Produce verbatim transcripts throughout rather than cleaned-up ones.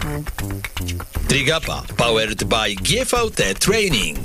Trigapa powered by G V T Training.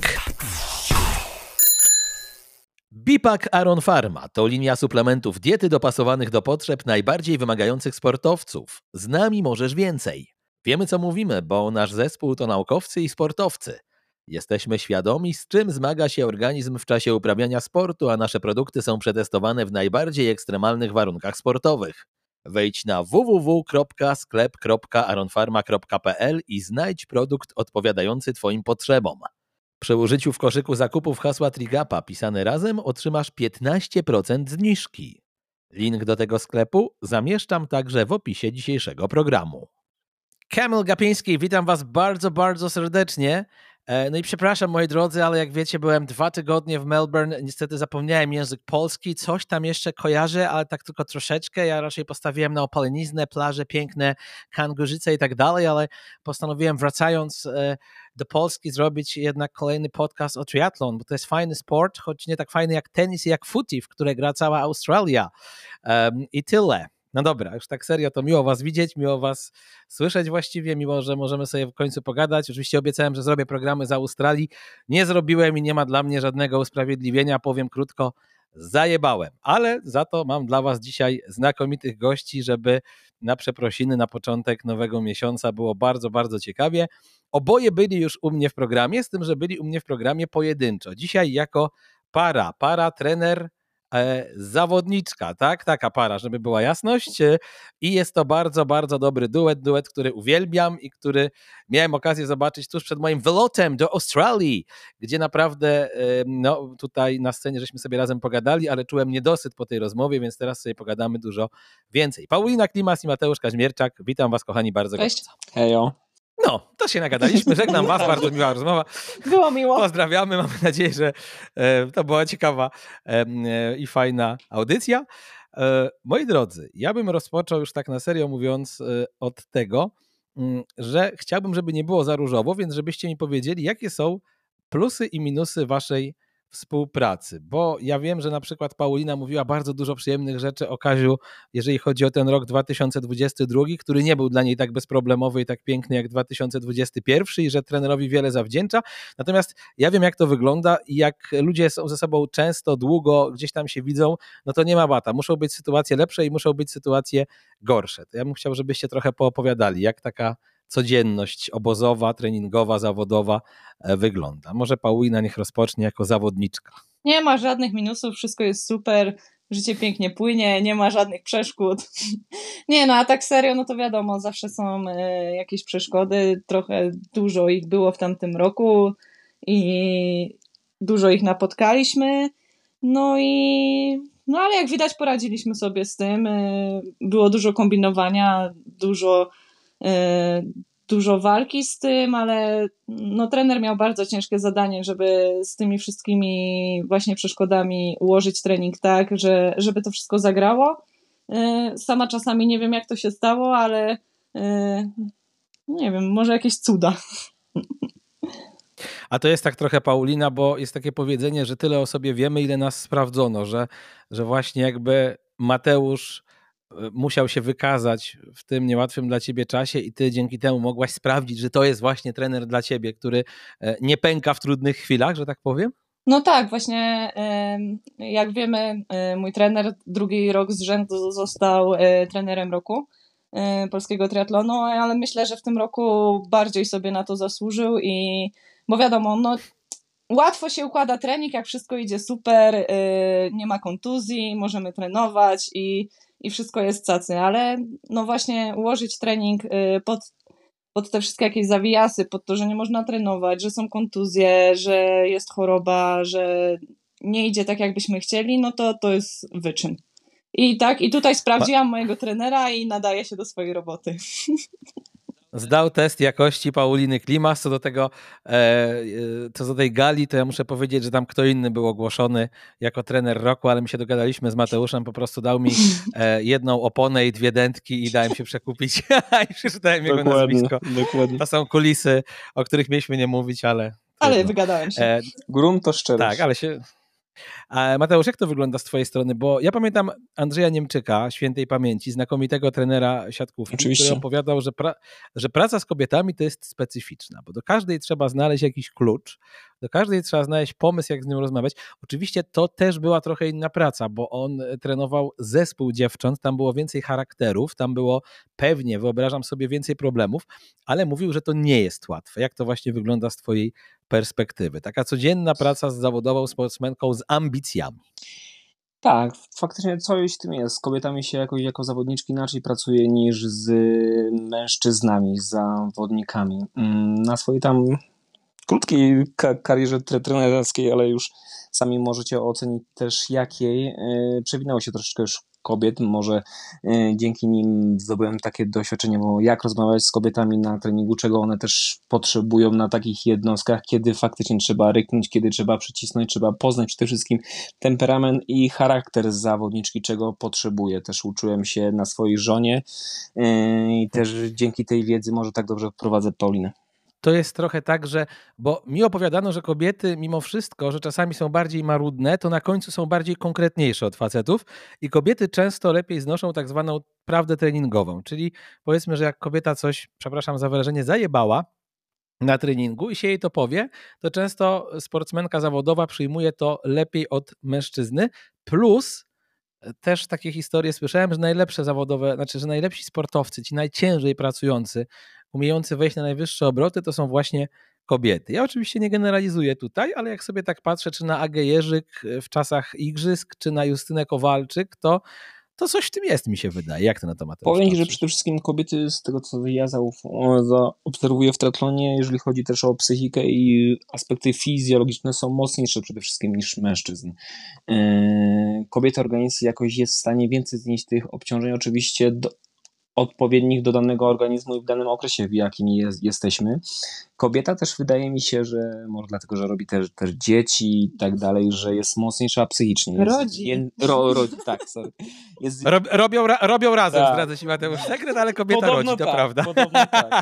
Bipak Aron Pharma to linia suplementów diety dopasowanych do potrzeb najbardziej wymagających sportowców. Z nami możesz więcej. Wiemy, co mówimy, bo nasz zespół to naukowcy i sportowcy. Jesteśmy świadomi, z czym zmaga się organizm w czasie uprawiania sportu, a nasze produkty są przetestowane w najbardziej ekstremalnych warunkach sportowych. Wejdź na w w w kropka sklep kropka aron pharma kropka p l i znajdź produkt odpowiadający Twoim potrzebom. Przy użyciu w koszyku zakupów hasła Trigapa pisane razem otrzymasz piętnaście procent zniżki. Link do tego sklepu zamieszczam także w opisie dzisiejszego programu. Kamil Gapiński, witam Was bardzo, bardzo serdecznie. No i przepraszam, moi drodzy, ale jak wiecie, byłem dwa tygodnie w Melbourne, niestety zapomniałem język polski, coś tam jeszcze kojarzę, ale tak tylko troszeczkę. Ja raczej postawiłem na opaleniznę, plaże piękne, Kangurzyce i tak dalej, ale postanowiłem, wracając do Polski, zrobić jednak kolejny podcast o triathlon, bo to jest fajny sport, choć nie tak fajny jak tenis i jak footy, w które gra cała Australia. Um, I tyle. No dobra, już tak serio, to miło Was widzieć, miło Was słyszeć właściwie, miło, że możemy sobie w końcu pogadać. Oczywiście obiecałem, że zrobię programy z Australii. Nie zrobiłem i nie ma dla mnie żadnego usprawiedliwienia, powiem krótko, zajebałem. Ale za to mam dla Was dzisiaj znakomitych gości, żeby na przeprosiny na początek nowego miesiąca było bardzo, bardzo ciekawie. Oboje byli już u mnie w programie, z tym, że byli u mnie w programie pojedynczo. Dzisiaj jako para, para, trener, zawodniczka, tak? Taka para, żeby była jasność. I jest to bardzo, bardzo dobry duet, duet, który uwielbiam i który miałem okazję zobaczyć tuż przed moim wylotem do Australii, gdzie naprawdę no tutaj na scenie żeśmy sobie razem pogadali, ale czułem niedosyt po tej rozmowie, więc teraz sobie pogadamy dużo więcej. Paulina Klimas i Mateusz Kaźmierczak, witam Was, kochani, bardzo Cześć. gorąco. Hejo. No, to się nagadaliśmy, żegnam Was, bardzo miła rozmowa. Było miło. Pozdrawiamy, mamy nadzieję, że e, to była ciekawa e, e, i fajna audycja. E, moi drodzy, ja bym rozpoczął już tak na serio mówiąc e, od tego, m, że chciałbym, żeby nie było za różowo, więc żebyście mi powiedzieli, jakie są plusy i minusy Waszej współpracy, bo ja wiem, że na przykład Paulina mówiła bardzo dużo przyjemnych rzeczy o Kaziu, jeżeli chodzi o ten rok dwa tysiące dwudziesty drugi, który nie był dla niej tak bezproblemowy i tak piękny jak dwa tysiące dwudziesty pierwszy i że trenerowi wiele zawdzięcza. Natomiast ja wiem, jak to wygląda i jak ludzie są ze sobą często, długo gdzieś tam się widzą, no to nie ma bata. Muszą być sytuacje lepsze i muszą być sytuacje gorsze. To ja bym chciał, żebyście trochę poopowiadali, jak taka codzienność obozowa, treningowa, zawodowa wygląda. Może Paulina niech rozpocznie jako zawodniczka. Nie ma żadnych minusów, wszystko jest super, życie pięknie płynie, nie ma żadnych przeszkód. Nie no, a tak serio, no to wiadomo, zawsze są jakieś przeszkody, trochę dużo ich było w tamtym roku i dużo ich napotkaliśmy, no i no ale jak widać poradziliśmy sobie z tym, było dużo kombinowania, dużo dużo walki z tym, ale no, trener miał bardzo ciężkie zadanie, żeby z tymi wszystkimi właśnie przeszkodami ułożyć trening tak, że, żeby to wszystko zagrało. Sama czasami nie wiem, jak to się stało, ale nie wiem, może jakieś cuda. A to jest tak trochę, Paulina, bo jest takie powiedzenie, że tyle o sobie wiemy, ile nas sprawdzono, że, że właśnie jakby Mateusz musiał się wykazać w tym niełatwym dla ciebie czasie i ty dzięki temu mogłaś sprawdzić, że to jest właśnie trener dla ciebie, który nie pęka w trudnych chwilach, że tak powiem? No tak, właśnie jak wiemy, mój trener drugi rok z rzędu został trenerem roku polskiego triatlonu, ale myślę, że w tym roku bardziej sobie na to zasłużył i bo wiadomo, no łatwo się układa trening, jak wszystko idzie super, nie ma kontuzji, możemy trenować i i wszystko jest cacy, ale no właśnie ułożyć trening pod, pod te wszystkie jakieś zawijasy, pod to, że nie można trenować, że są kontuzje, że jest choroba, że nie idzie tak, jakbyśmy chcieli, no to to jest wyczyn. I tak, i tutaj sprawdziłam mojego trenera i nadaje się do swojej roboty. Zdał test jakości Pauliny Klimas. Co do tego, e, co do tej gali, to ja muszę powiedzieć, że tam kto inny był ogłoszony jako trener roku, ale my się dogadaliśmy z Mateuszem, po prostu dał mi e, jedną oponę i dwie dętki i dałem się przekupić i przeczytałem jego dokładnie, nazwisko. Dokładnie. To są kulisy, o których mieliśmy nie mówić, ale... Ale wygadałem się. E, Grunt to szczerość. Tak, ale się... A Mateusz, jak to wygląda z twojej strony? Bo ja pamiętam Andrzeja Niemczyka, świętej pamięci, znakomitego trenera siatkówki, Oczywiście. który opowiadał, że, pra- że praca z kobietami to jest specyficzna, bo do każdej trzeba znaleźć jakiś klucz, do każdej trzeba znaleźć pomysł, jak z nią rozmawiać. Oczywiście to też była trochę inna praca, bo on trenował zespół dziewcząt, tam było więcej charakterów, tam było pewnie, wyobrażam sobie, więcej problemów, ale mówił, że to nie jest łatwe. Jak to właśnie wygląda z twojej perspektywy? Taka codzienna praca z zawodową sportsmenką z ambicjami. Tak, faktycznie coś w tym jest. Z kobietami się jakoś jako zawodniczki inaczej pracuje niż z mężczyznami, z zawodnikami. Na swojej tam krótkiej ka- karierze tre- trenerskiej, ale już sami możecie ocenić też jakiej, yy, przewinęło się troszeczkę już kobiet, może yy, dzięki nim zdobyłem takie doświadczenie, bo jak rozmawiać z kobietami na treningu, czego one też potrzebują na takich jednostkach, kiedy faktycznie trzeba ryknąć, kiedy trzeba przycisnąć, trzeba poznać przede wszystkim temperament i charakter zawodniczki, czego potrzebuje. Też uczyłem się na swojej żonie yy, i też dzięki tej wiedzy może tak dobrze prowadzę Paulinę. To jest trochę tak, że, bo mi opowiadano, że kobiety mimo wszystko, że czasami są bardziej marudne, to na końcu są bardziej konkretniejsze od facetów i kobiety często lepiej znoszą tak zwaną prawdę treningową, czyli powiedzmy, że jak kobieta coś, przepraszam za wyrażenie, zajebała na treningu i się jej to powie, to często sportsmenka zawodowa przyjmuje to lepiej od mężczyzny, plus też takie historie słyszałem, że najlepsze zawodowe, znaczy, że najlepsi sportowcy, ci najciężej pracujący, umiejący wejść na najwyższe obroty, to są właśnie kobiety. Ja oczywiście nie generalizuję tutaj, ale jak sobie tak patrzę, czy na Agę Jerzyk w czasach igrzysk, czy na Justynę Kowalczyk, to, to coś w tym jest, mi się wydaje. Jak ty na to, Mateusz, Powiem ci, że patrzysz? przede wszystkim kobiety, z tego co ja zaobserwuję w triatlonie, jeżeli chodzi też o psychikę i aspekty fizjologiczne, są mocniejsze przede wszystkim niż mężczyzn. Kobiety organizm jakoś jest w stanie więcej znieść tych obciążeń, oczywiście do, odpowiednich do danego organizmu i w danym okresie, w jakim jest, jesteśmy. Kobieta też wydaje mi się, że może dlatego, że robi też, też dzieci i tak dalej, że jest mocniejsza psychicznie. Jest, Rodzi. Je, ro, rodzi, tak, sorry. Jest, Rob, robią, ra, robią razem, tak. zdradzę ci, Mateusz sekret, ale kobieta Podobno rodzi, to tak, prawda. Podobno tak.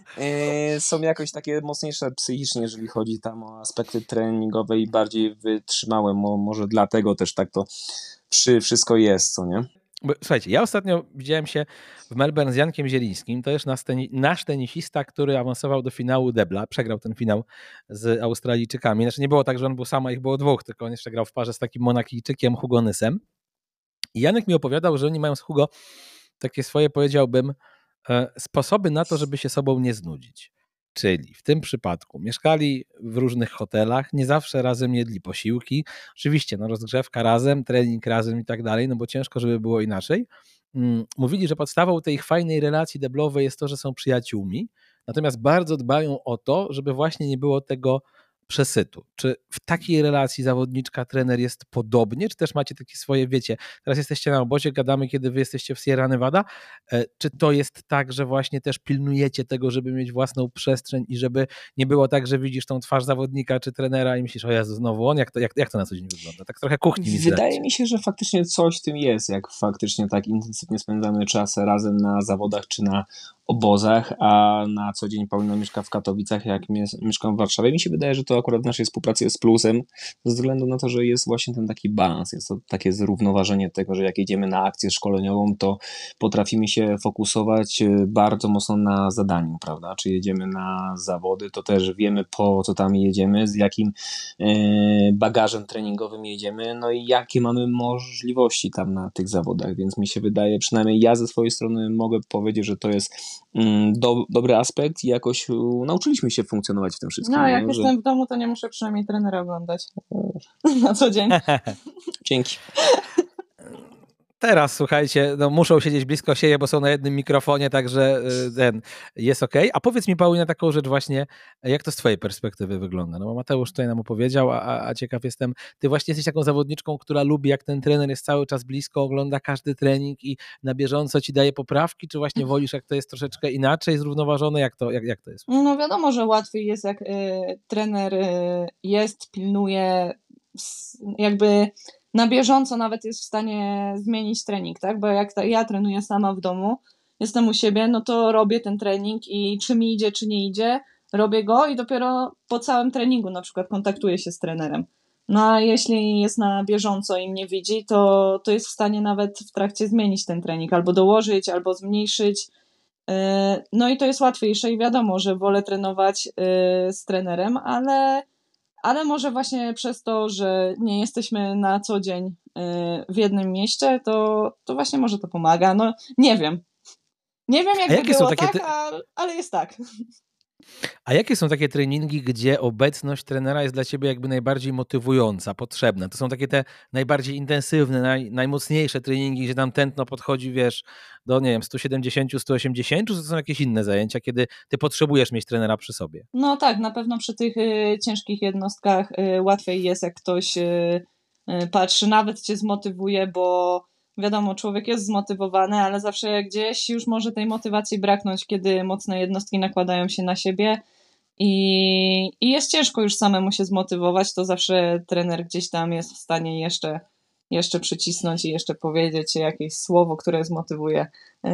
E, są jakoś takie mocniejsze psychicznie, jeżeli chodzi tam o aspekty treningowe i bardziej wytrzymałe. Mo, może dlatego też tak to przy, wszystko jest, co nie? Bo, słuchajcie, ja ostatnio widziałem się w Melbourne z Jankiem Zielińskim, to jest nasz, teni, nasz tenisista, który awansował do finału debla, przegrał ten finał z Australijczykami, znaczy nie było tak, że on był sam, a ich było dwóch, tylko on jeszcze grał w parze z takim Monakijczykiem Hugo Nysem i Janek mi opowiadał, że oni mają z Hugo takie swoje, powiedziałbym, sposoby na to, żeby się sobą nie znudzić. Czyli w tym przypadku mieszkali w różnych hotelach, nie zawsze razem jedli posiłki. Oczywiście, no rozgrzewka razem, trening razem i tak dalej, no bo ciężko, żeby było inaczej. Mówili, że podstawą tej ich fajnej relacji deblowej jest to, że są przyjaciółmi, natomiast bardzo dbają o to, żeby właśnie nie było tego przesytu. Czy w takiej relacji zawodniczka-trener jest podobnie, czy też macie takie swoje, wiecie, teraz jesteście na obozie, gadamy, kiedy wy jesteście w Sierra Nevada, czy to jest tak, że właśnie też pilnujecie tego, żeby mieć własną przestrzeń i żeby nie było tak, że widzisz tą twarz zawodnika czy trenera i myślisz, o Jezu, znowu on, jak to, jak, jak to na co dzień wygląda? Tak trochę kuchni mi Wydaje zdradzicie. mi się, że faktycznie coś w tym jest, jak faktycznie tak intensywnie spędzamy czas razem na zawodach czy na obozach, a na co dzień Paulina mieszka w Katowicach, jak mieszkam w Warszawie. Mi się wydaje, że to akurat w naszej współpracy jest plusem, ze względu na to, że jest właśnie ten taki balans, jest to takie zrównoważenie tego, że jak jedziemy na akcję szkoleniową, to potrafimy się fokusować bardzo mocno na zadaniu, prawda? Czy jedziemy na zawody, to też wiemy, po co tam jedziemy, z jakim bagażem treningowym jedziemy, no i jakie mamy możliwości tam na tych zawodach, więc mi się wydaje, przynajmniej ja ze swojej strony mogę powiedzieć, że to jest do, dobry aspekt i jakoś nauczyliśmy się funkcjonować w tym wszystkim. No, jak że... jestem w domu, to nie muszę przynajmniej trenera oglądać na co dzień. Dzięki. Teraz, słuchajcie, no muszą siedzieć blisko siebie, bo są na jednym mikrofonie, także ten jest okej. A powiedz mi, Paulina, taką rzecz właśnie, jak to z twojej perspektywy wygląda? No bo Mateusz tutaj nam opowiedział, a, a ciekaw jestem, ty właśnie jesteś taką zawodniczką, która lubi, jak ten trener jest cały czas blisko, ogląda każdy trening i na bieżąco ci daje poprawki, czy właśnie wolisz, jak to jest troszeczkę inaczej zrównoważone? Jak to, jak, jak to jest? No wiadomo, że łatwiej jest, jak y, trener y, jest, pilnuje, jakby na bieżąco nawet jest w stanie zmienić trening, tak? Bo jak ta, ja trenuję sama w domu, jestem u siebie, no to robię ten trening i czy mi idzie, czy nie idzie, robię go i dopiero po całym treningu na przykład kontaktuję się z trenerem. No a jeśli jest na bieżąco i mnie widzi, to, to jest w stanie nawet w trakcie zmienić ten trening, albo dołożyć, albo zmniejszyć. No i to jest łatwiejsze i wiadomo, że wolę trenować z trenerem, ale, ale może właśnie przez to, że nie jesteśmy na co dzień w jednym mieście, to, to właśnie może to pomaga. No nie wiem. Nie wiem, jakby było tak, ty... ale jest tak. A jakie są takie treningi, gdzie obecność trenera jest dla ciebie jakby najbardziej motywująca, potrzebna? To są takie te najbardziej intensywne, naj, najmocniejsze treningi, gdzie tam tętno podchodzi, wiesz, do, nie wiem, sto siedemdziesiąt, sto osiemdziesiąt, czy to są jakieś inne zajęcia, kiedy ty potrzebujesz mieć trenera przy sobie? No tak, na pewno przy tych y, ciężkich jednostkach y, łatwiej jest, jak ktoś y, y, patrzy, nawet cię zmotywuje, bo wiadomo, człowiek jest zmotywowany, ale zawsze gdzieś już może tej motywacji braknąć, kiedy mocne jednostki nakładają się na siebie i, i jest ciężko już samemu się zmotywować, to zawsze trener gdzieś tam jest w stanie jeszcze, jeszcze przycisnąć i jeszcze powiedzieć jakieś słowo, które zmotywuje yy,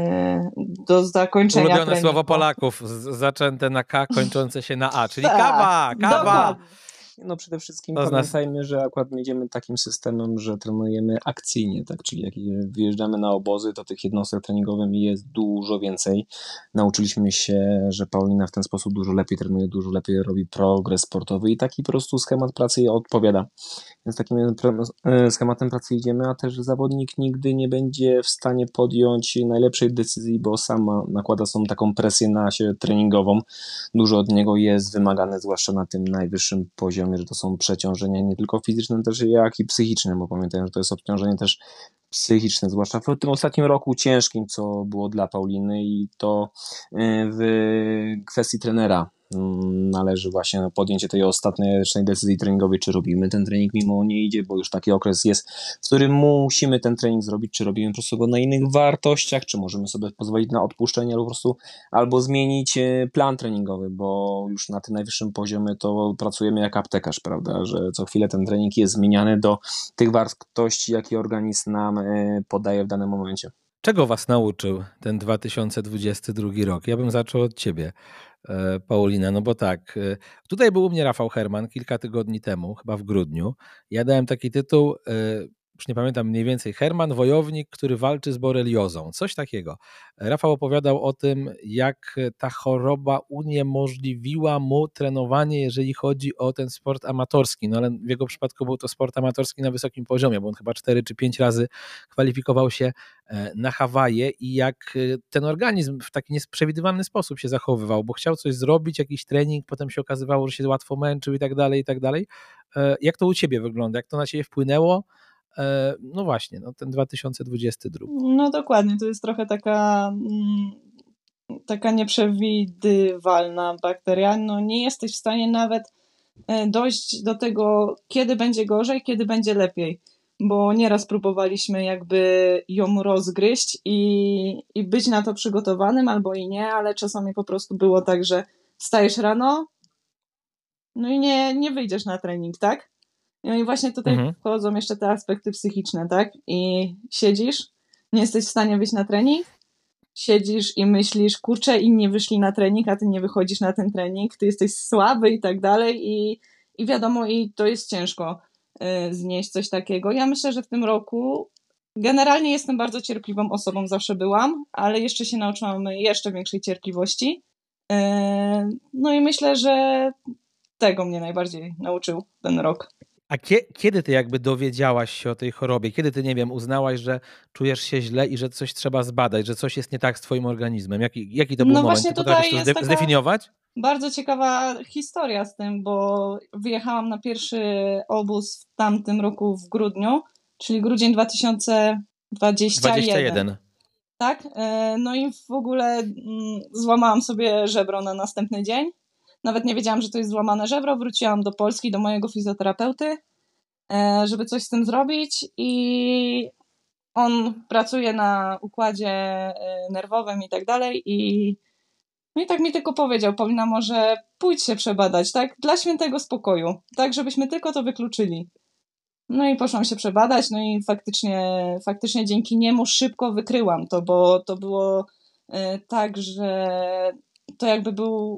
do zakończenia Ulubione treningu. Słowo Polaków, z, zaczęte na K, kończące się na A, czyli tak, kawa, kawa! Dokładnie. No przede wszystkim to pamiętajmy, nas... że akurat my idziemy takim systemem, że trenujemy akcyjnie, tak? Czyli jak wyjeżdżamy na obozy, to tych jednostek treningowych jest dużo więcej. Nauczyliśmy się, że Paulina w ten sposób dużo lepiej trenuje, dużo lepiej robi progres sportowy i taki po prostu schemat pracy jej odpowiada. Więc takim schematem pracy idziemy, a też zawodnik nigdy nie będzie w stanie podjąć najlepszej decyzji, bo sam nakłada sobie taką presję na siebie treningową. Dużo od niego jest wymagane, zwłaszcza na tym najwyższym poziomie, że to są przeciążenia nie tylko fizyczne, też jak i psychiczne, bo pamiętajmy, że to jest obciążenie też psychiczne, zwłaszcza w tym ostatnim roku ciężkim, co było dla Pauliny i to w kwestii trenera należy właśnie podjęcie tej ostatecznej decyzji treningowej, czy robimy ten trening mimo nie idzie, bo już taki okres jest, w którym musimy ten trening zrobić, czy robimy po prostu go na innych wartościach, czy możemy sobie pozwolić na odpuszczenie albo po prostu albo zmienić plan treningowy, bo już na tym najwyższym poziomie to pracujemy jak aptekarz, prawda, że co chwilę ten trening jest zmieniany do tych wartości, jakie organizm nam podaje w danym momencie. Czego was nauczył ten dwa tysiące dwudziesty drugi rok? Ja bym zaczął od ciebie, Paulina, no bo tak, tutaj był u mnie Rafał Herman kilka tygodni temu, chyba w grudniu. Ja dałem taki tytuł, już nie pamiętam mniej więcej, Herman, wojownik, który walczy z boreliozą, coś takiego. Rafał opowiadał o tym, jak ta choroba uniemożliwiła mu trenowanie, jeżeli chodzi o ten sport amatorski, no ale w jego przypadku był to sport amatorski na wysokim poziomie, bo on chyba cztery czy pięć razy kwalifikował się na Hawaje i jak ten organizm w taki nieprzewidywalny sposób się zachowywał, bo chciał coś zrobić, jakiś trening, potem się okazywało, że się łatwo męczył i tak dalej, i tak dalej. Jak to u ciebie wygląda? Jak to na ciebie wpłynęło? No właśnie, no ten dwa tysiące dwudziesty drugi. No dokładnie, to jest trochę taka taka nieprzewidywalna bakteria. No nie jesteś w stanie nawet dojść do tego, kiedy będzie gorzej, kiedy będzie lepiej, bo nieraz próbowaliśmy jakby ją rozgryźć i, i być na to przygotowanym albo i nie, ale czasami po prostu było tak, że wstajesz rano, no i nie, nie wyjdziesz na trening, tak? No i właśnie tutaj mhm. wchodzą jeszcze te aspekty psychiczne, tak? I siedzisz, nie jesteś w stanie wyjść na trening, siedzisz i myślisz, kurczę, inni wyszli na trening, a ty nie wychodzisz na ten trening, ty jesteś słaby i tak dalej i, i wiadomo, i to jest ciężko y, znieść coś takiego. Ja myślę, że w tym roku generalnie jestem bardzo cierpliwą osobą, zawsze byłam, ale jeszcze się nauczyłam jeszcze większej cierpliwości. Y, no i myślę, że tego mnie najbardziej nauczył ten rok. A kie, kiedy ty jakby dowiedziałaś się o tej chorobie? Kiedy ty, nie wiem, uznałaś, że czujesz się źle i że coś trzeba zbadać, że coś jest nie tak z twoim organizmem? Jaki, jaki to był no moment? Właśnie ty tutaj potrafisz to jest zde- taka zdefiniować? Bardzo ciekawa historia z tym, bo wyjechałam na pierwszy obóz w tamtym roku w grudniu, czyli grudzień dwa tysiące dwudziesty pierwszy. dwudziesty pierwszy. Tak, no i w ogóle złamałam sobie żebro na następny dzień. Nawet nie wiedziałam, że to jest złamane żebro. Wróciłam do Polski, do mojego fizjoterapeuty, żeby coś z tym zrobić i on pracuje na układzie nerwowym i tak dalej i no i tak mi tylko powiedział, Paulina, może pójdź się przebadać, tak? Dla świętego spokoju, tak? Żebyśmy tylko to wykluczyli. No i poszłam się przebadać, no i faktycznie, faktycznie dzięki niemu szybko wykryłam to, bo to było tak, że to jakby był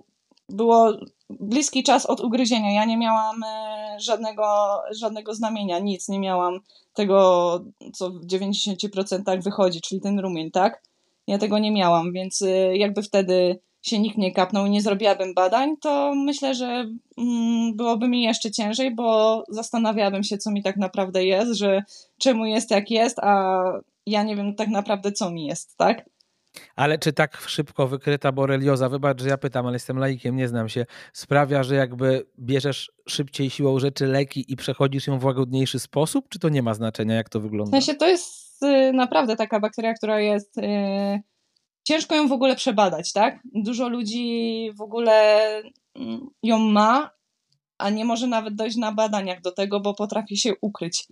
było bliski czas od ugryzienia. Ja nie miałam e, żadnego, żadnego znamienia, nic, nie miałam tego, co w dziewięćdziesięciu procentach wychodzi, czyli ten rumień, tak? Ja tego nie miałam, więc e, jakby wtedy się nikt nie kapnął i nie zrobiłabym badań, to myślę, że mm, byłoby mi jeszcze ciężej, bo zastanawiałabym się, co mi tak naprawdę jest, że czemu jest jak jest, a ja nie wiem tak naprawdę, co mi jest, tak? Ale czy tak szybko wykryta borelioza, wybacz, że ja pytam, ale jestem laikiem, nie znam się, sprawia, że jakby bierzesz szybciej siłą rzeczy leki i przechodzisz ją w łagodniejszy sposób, czy to nie ma znaczenia, jak to W wygląda? sensie to jest y, naprawdę taka bakteria, która jest... Y, ciężko ją w ogóle przebadać, tak? Dużo ludzi w ogóle mm, ją ma, a nie może nawet dojść na badaniach do tego, bo potrafi się ukryć.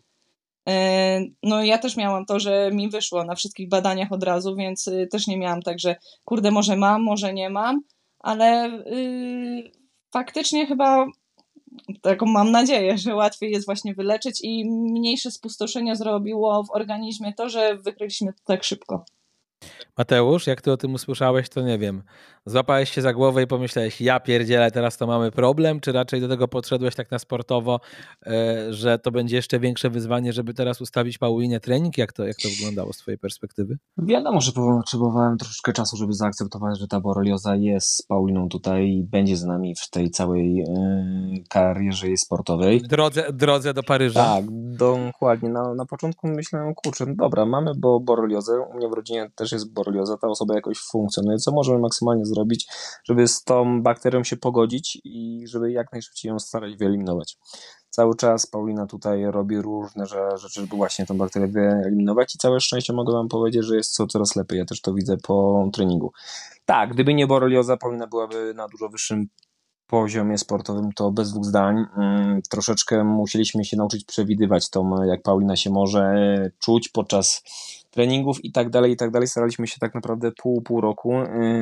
E, No ja też miałam to, że mi wyszło na wszystkich badaniach od razu, więc y, też nie miałam tak, że kurde, może mam, może nie mam, ale y, faktycznie chyba taką mam nadzieję, że łatwiej jest właśnie wyleczyć i mniejsze spustoszenie zrobiło w organizmie to, że wykryliśmy to tak szybko. Mateusz, jak ty o tym usłyszałeś, to nie wiem, złapałeś się za głowę i pomyślałeś, ja pierdzielę, teraz to mamy problem, czy raczej do tego podszedłeś tak na sportowo, e, że to będzie jeszcze większe wyzwanie, żeby teraz ustawić Paulinie trening? Jak to, jak to wyglądało z twojej perspektywy? Wiadomo, że potrzebowałem troszeczkę czasu, żeby zaakceptować, że ta borelioza jest z Pauliną tutaj i będzie z nami w tej całej yy, karierze jej sportowej. Drodze, drodze do Paryża. Tak, dokładnie. Na, na początku myślałem, kurczę, no dobra, mamy bo boreliozę, u mnie w rodzinie też jest borelioza, ta osoba jakoś funkcjonuje, co możemy maksymalnie zrobić, żeby z tą bakterią się pogodzić i żeby jak najszybciej ją starać wyeliminować. Cały czas Paulina tutaj robi różne rzeczy, żeby właśnie tą bakterię wyeliminować i całe szczęście mogę wam powiedzieć, że jest co coraz lepiej. Ja też to widzę po treningu. Tak, gdyby nie borelioza, Paulina byłaby na dużo wyższym poziomie sportowym, to bez dwóch zdań. Troszeczkę musieliśmy się nauczyć przewidywać to, jak Paulina się może czuć podczas treningów i tak dalej, i tak dalej. Staraliśmy się tak naprawdę pół, pół roku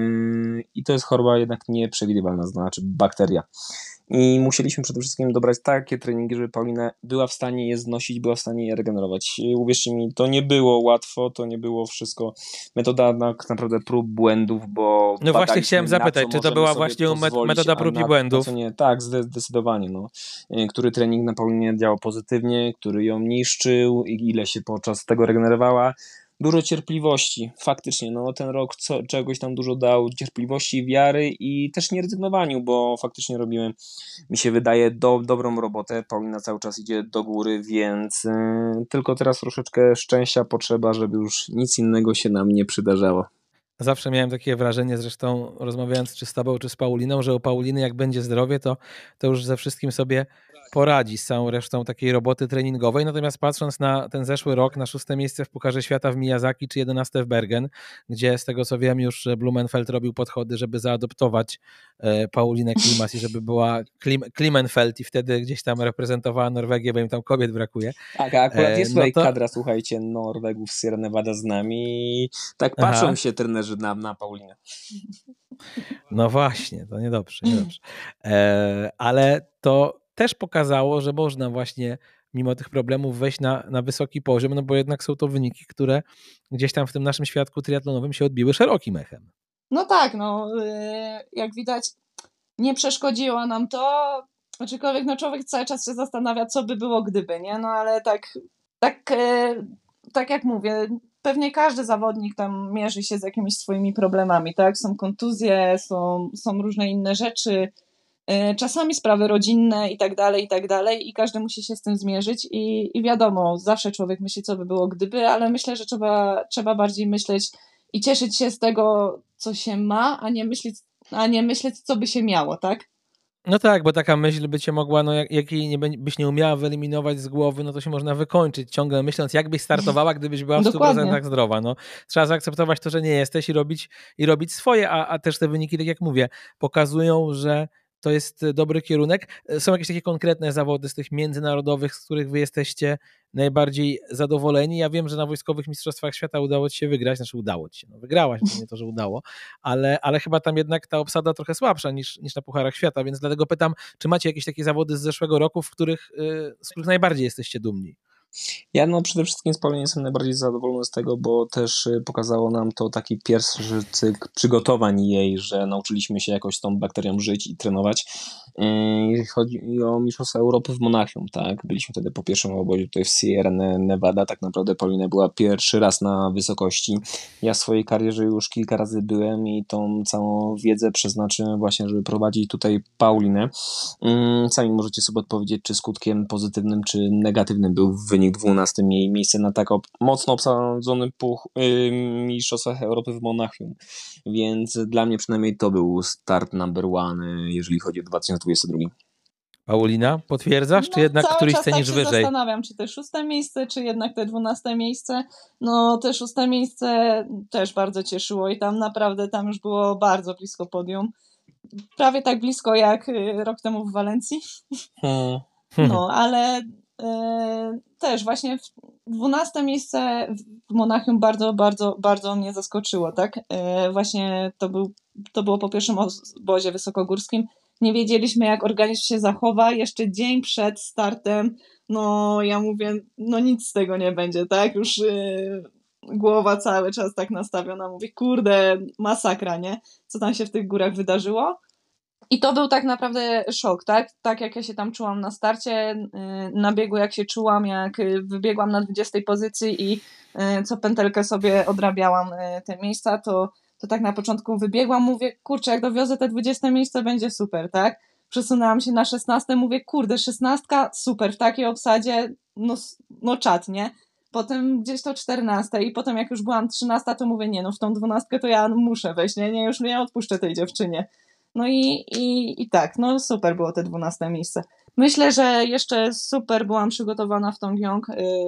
i to jest choroba jednak nieprzewidywalna, znaczy bakteria. I musieliśmy przede wszystkim dobrać takie treningi, żeby Paulina była w stanie je znosić, była w stanie je regenerować. Uwierzcie mi, to nie było łatwo, to nie było wszystko metoda tak naprawdę prób, błędów, bo no właśnie chciałem zapytać, czy to była właśnie met- metoda prób i błędów? Na co nie, tak, zdecydowanie. No. Który trening na Paulinie działał pozytywnie, który ją niszczył i ile się podczas tego regenerowała. Dużo cierpliwości, faktycznie, no ten rok co, czegoś tam dużo dał, cierpliwości, wiary i też nie rezygnowaniu, bo faktycznie robimy, mi się wydaje, do, dobrą robotę. Paulina cały czas idzie do góry, więc yy, tylko teraz troszeczkę szczęścia potrzeba, żeby już nic innego się nam nie przydarzało. Zawsze miałem takie wrażenie, zresztą rozmawiając czy z tobą, czy z Pauliną, że u Pauliny jak będzie zdrowie, to, to już ze wszystkim sobie poradzi, z całą resztą takiej roboty treningowej. Natomiast patrząc na ten zeszły rok, na szóste miejsce w Pucharze Świata w Miyazaki, czy jedenaste w Bergen, gdzie z tego co wiem już Blumenfeld robił podchody, żeby zaadoptować Paulinę Klimas i żeby była Klim, Klimenfeld i wtedy gdzieś tam reprezentowała Norwegię, bo im tam kobiet brakuje. Tak, a akurat jest no tutaj to... kadra, słuchajcie, Norwegów z Sierra Nevada z nami i tak patrzą Aha. się trenerzy na, na Paulinę. No właśnie, to niedobrze, niedobrze. E, ale to też pokazało, że można właśnie mimo tych problemów wejść na, na wysoki poziom, no bo jednak są to wyniki, które gdzieś tam w tym naszym świadku triatlonowym się odbiły szerokim echem. No tak, no jak widać nie przeszkodziło nam to, aczkolwiek no człowiek cały czas się zastanawia, co by było gdyby, nie? No ale tak, tak, tak jak mówię, pewnie każdy zawodnik tam mierzy się z jakimiś swoimi problemami, tak? Są kontuzje, są, są różne inne rzeczy, czasami sprawy rodzinne i tak dalej, i tak dalej i każdy musi się z tym zmierzyć i, i wiadomo, zawsze człowiek myśli, co by było gdyby, ale myślę, że trzeba, trzeba bardziej myśleć i cieszyć się z tego, co się ma, a nie myśleć, a nie myśleć, co by się miało, tak? No tak, bo taka myśl by cię mogła, no jak, jak jej nie, byś nie umiała wyeliminować z głowy, no to się można wykończyć ciągle myśląc, jak byś startowała, gdybyś była w stu procentach zdrowa. No, trzeba zaakceptować to, że nie jesteś i robić, i robić swoje, a, a też te wyniki, tak jak mówię, pokazują, że to jest dobry kierunek. Są jakieś takie konkretne zawody z tych międzynarodowych, z których wy jesteście najbardziej zadowoleni? Ja wiem, że na Wojskowych Mistrzostwach Świata udało ci się wygrać, znaczy udało ci się, no wygrałaś, to nie to, że udało, ale, ale chyba tam jednak ta obsada trochę słabsza niż, niż na Pucharach Świata, więc dlatego pytam, czy macie jakieś takie zawody z zeszłego roku, w których, z których najbardziej jesteście dumni? Ja no przede wszystkim z Pauliny jestem najbardziej zadowolony z tego, bo też y, pokazało nam to taki pierwszy cykl przygotowań jej, że nauczyliśmy się jakoś z tą bakterią żyć i trenować. Yy, Jeśli chodzi o Mistrzostwa Europy w Monachium, tak, byliśmy wtedy po pierwszym obozie tutaj w Sierra Nevada, tak naprawdę Paulina była pierwszy raz na wysokości. Ja w swojej karierze już kilka razy byłem i tą całą wiedzę przeznaczyłem właśnie, żeby prowadzić tutaj Paulinę. Yy, Sami możecie sobie odpowiedzieć, czy skutkiem pozytywnym, czy negatywnym był wynik dwunasty jej miejsce na tak op- mocno obsadzony puch yy, Mistrzostwach Europy w Monachium. Więc dla mnie przynajmniej to był start number one, jeżeli chodzi o dwa tysiące dwudziesty drugi. Paulina, potwierdzasz, No, czy jednak cały któryś czas cenisz tak się wyżej? zastanawiam, czy te szóste miejsce, czy jednak te dwunaste miejsce. No te szóste miejsce też bardzo cieszyło i tam naprawdę, tam już było bardzo blisko podium. Prawie tak blisko jak y, rok temu w Walencji. Hmm. No, ale e, też właśnie w dwunaste miejsce w Monachium bardzo, bardzo, bardzo mnie zaskoczyło, tak? E, właśnie to, był, to było po pierwszym obozie wysokogórskim. Nie wiedzieliśmy, jak organizm się zachowa. Jeszcze dzień przed startem, no ja mówię, no nic z tego nie będzie, tak? Już e, głowa cały czas tak nastawiona. Mówię, kurde, masakra, nie? Co tam się w tych górach wydarzyło? I to był tak naprawdę szok, tak? Tak jak ja się tam czułam na starcie, na biegu jak się czułam, jak wybiegłam na dwudziestej pozycji i co pętelkę sobie odrabiałam te miejsca, to, to tak na początku wybiegłam, mówię, kurczę, jak dowiozę te dwudzieste miejsce, będzie super, tak? Przesunęłam się na szesnaste, mówię, kurde, szesnastka, super, w takiej obsadzie, no, no czad, nie? Potem gdzieś to czternaste i potem jak już byłam trzynasta, to mówię, nie no, w tą dwunastkę to ja muszę wejść, nie? Nie, już nie odpuszczę tej dziewczynie. No i, i, i tak, no super było te dwunaste miejsce. Myślę, że jeszcze super byłam przygotowana w Tongjonг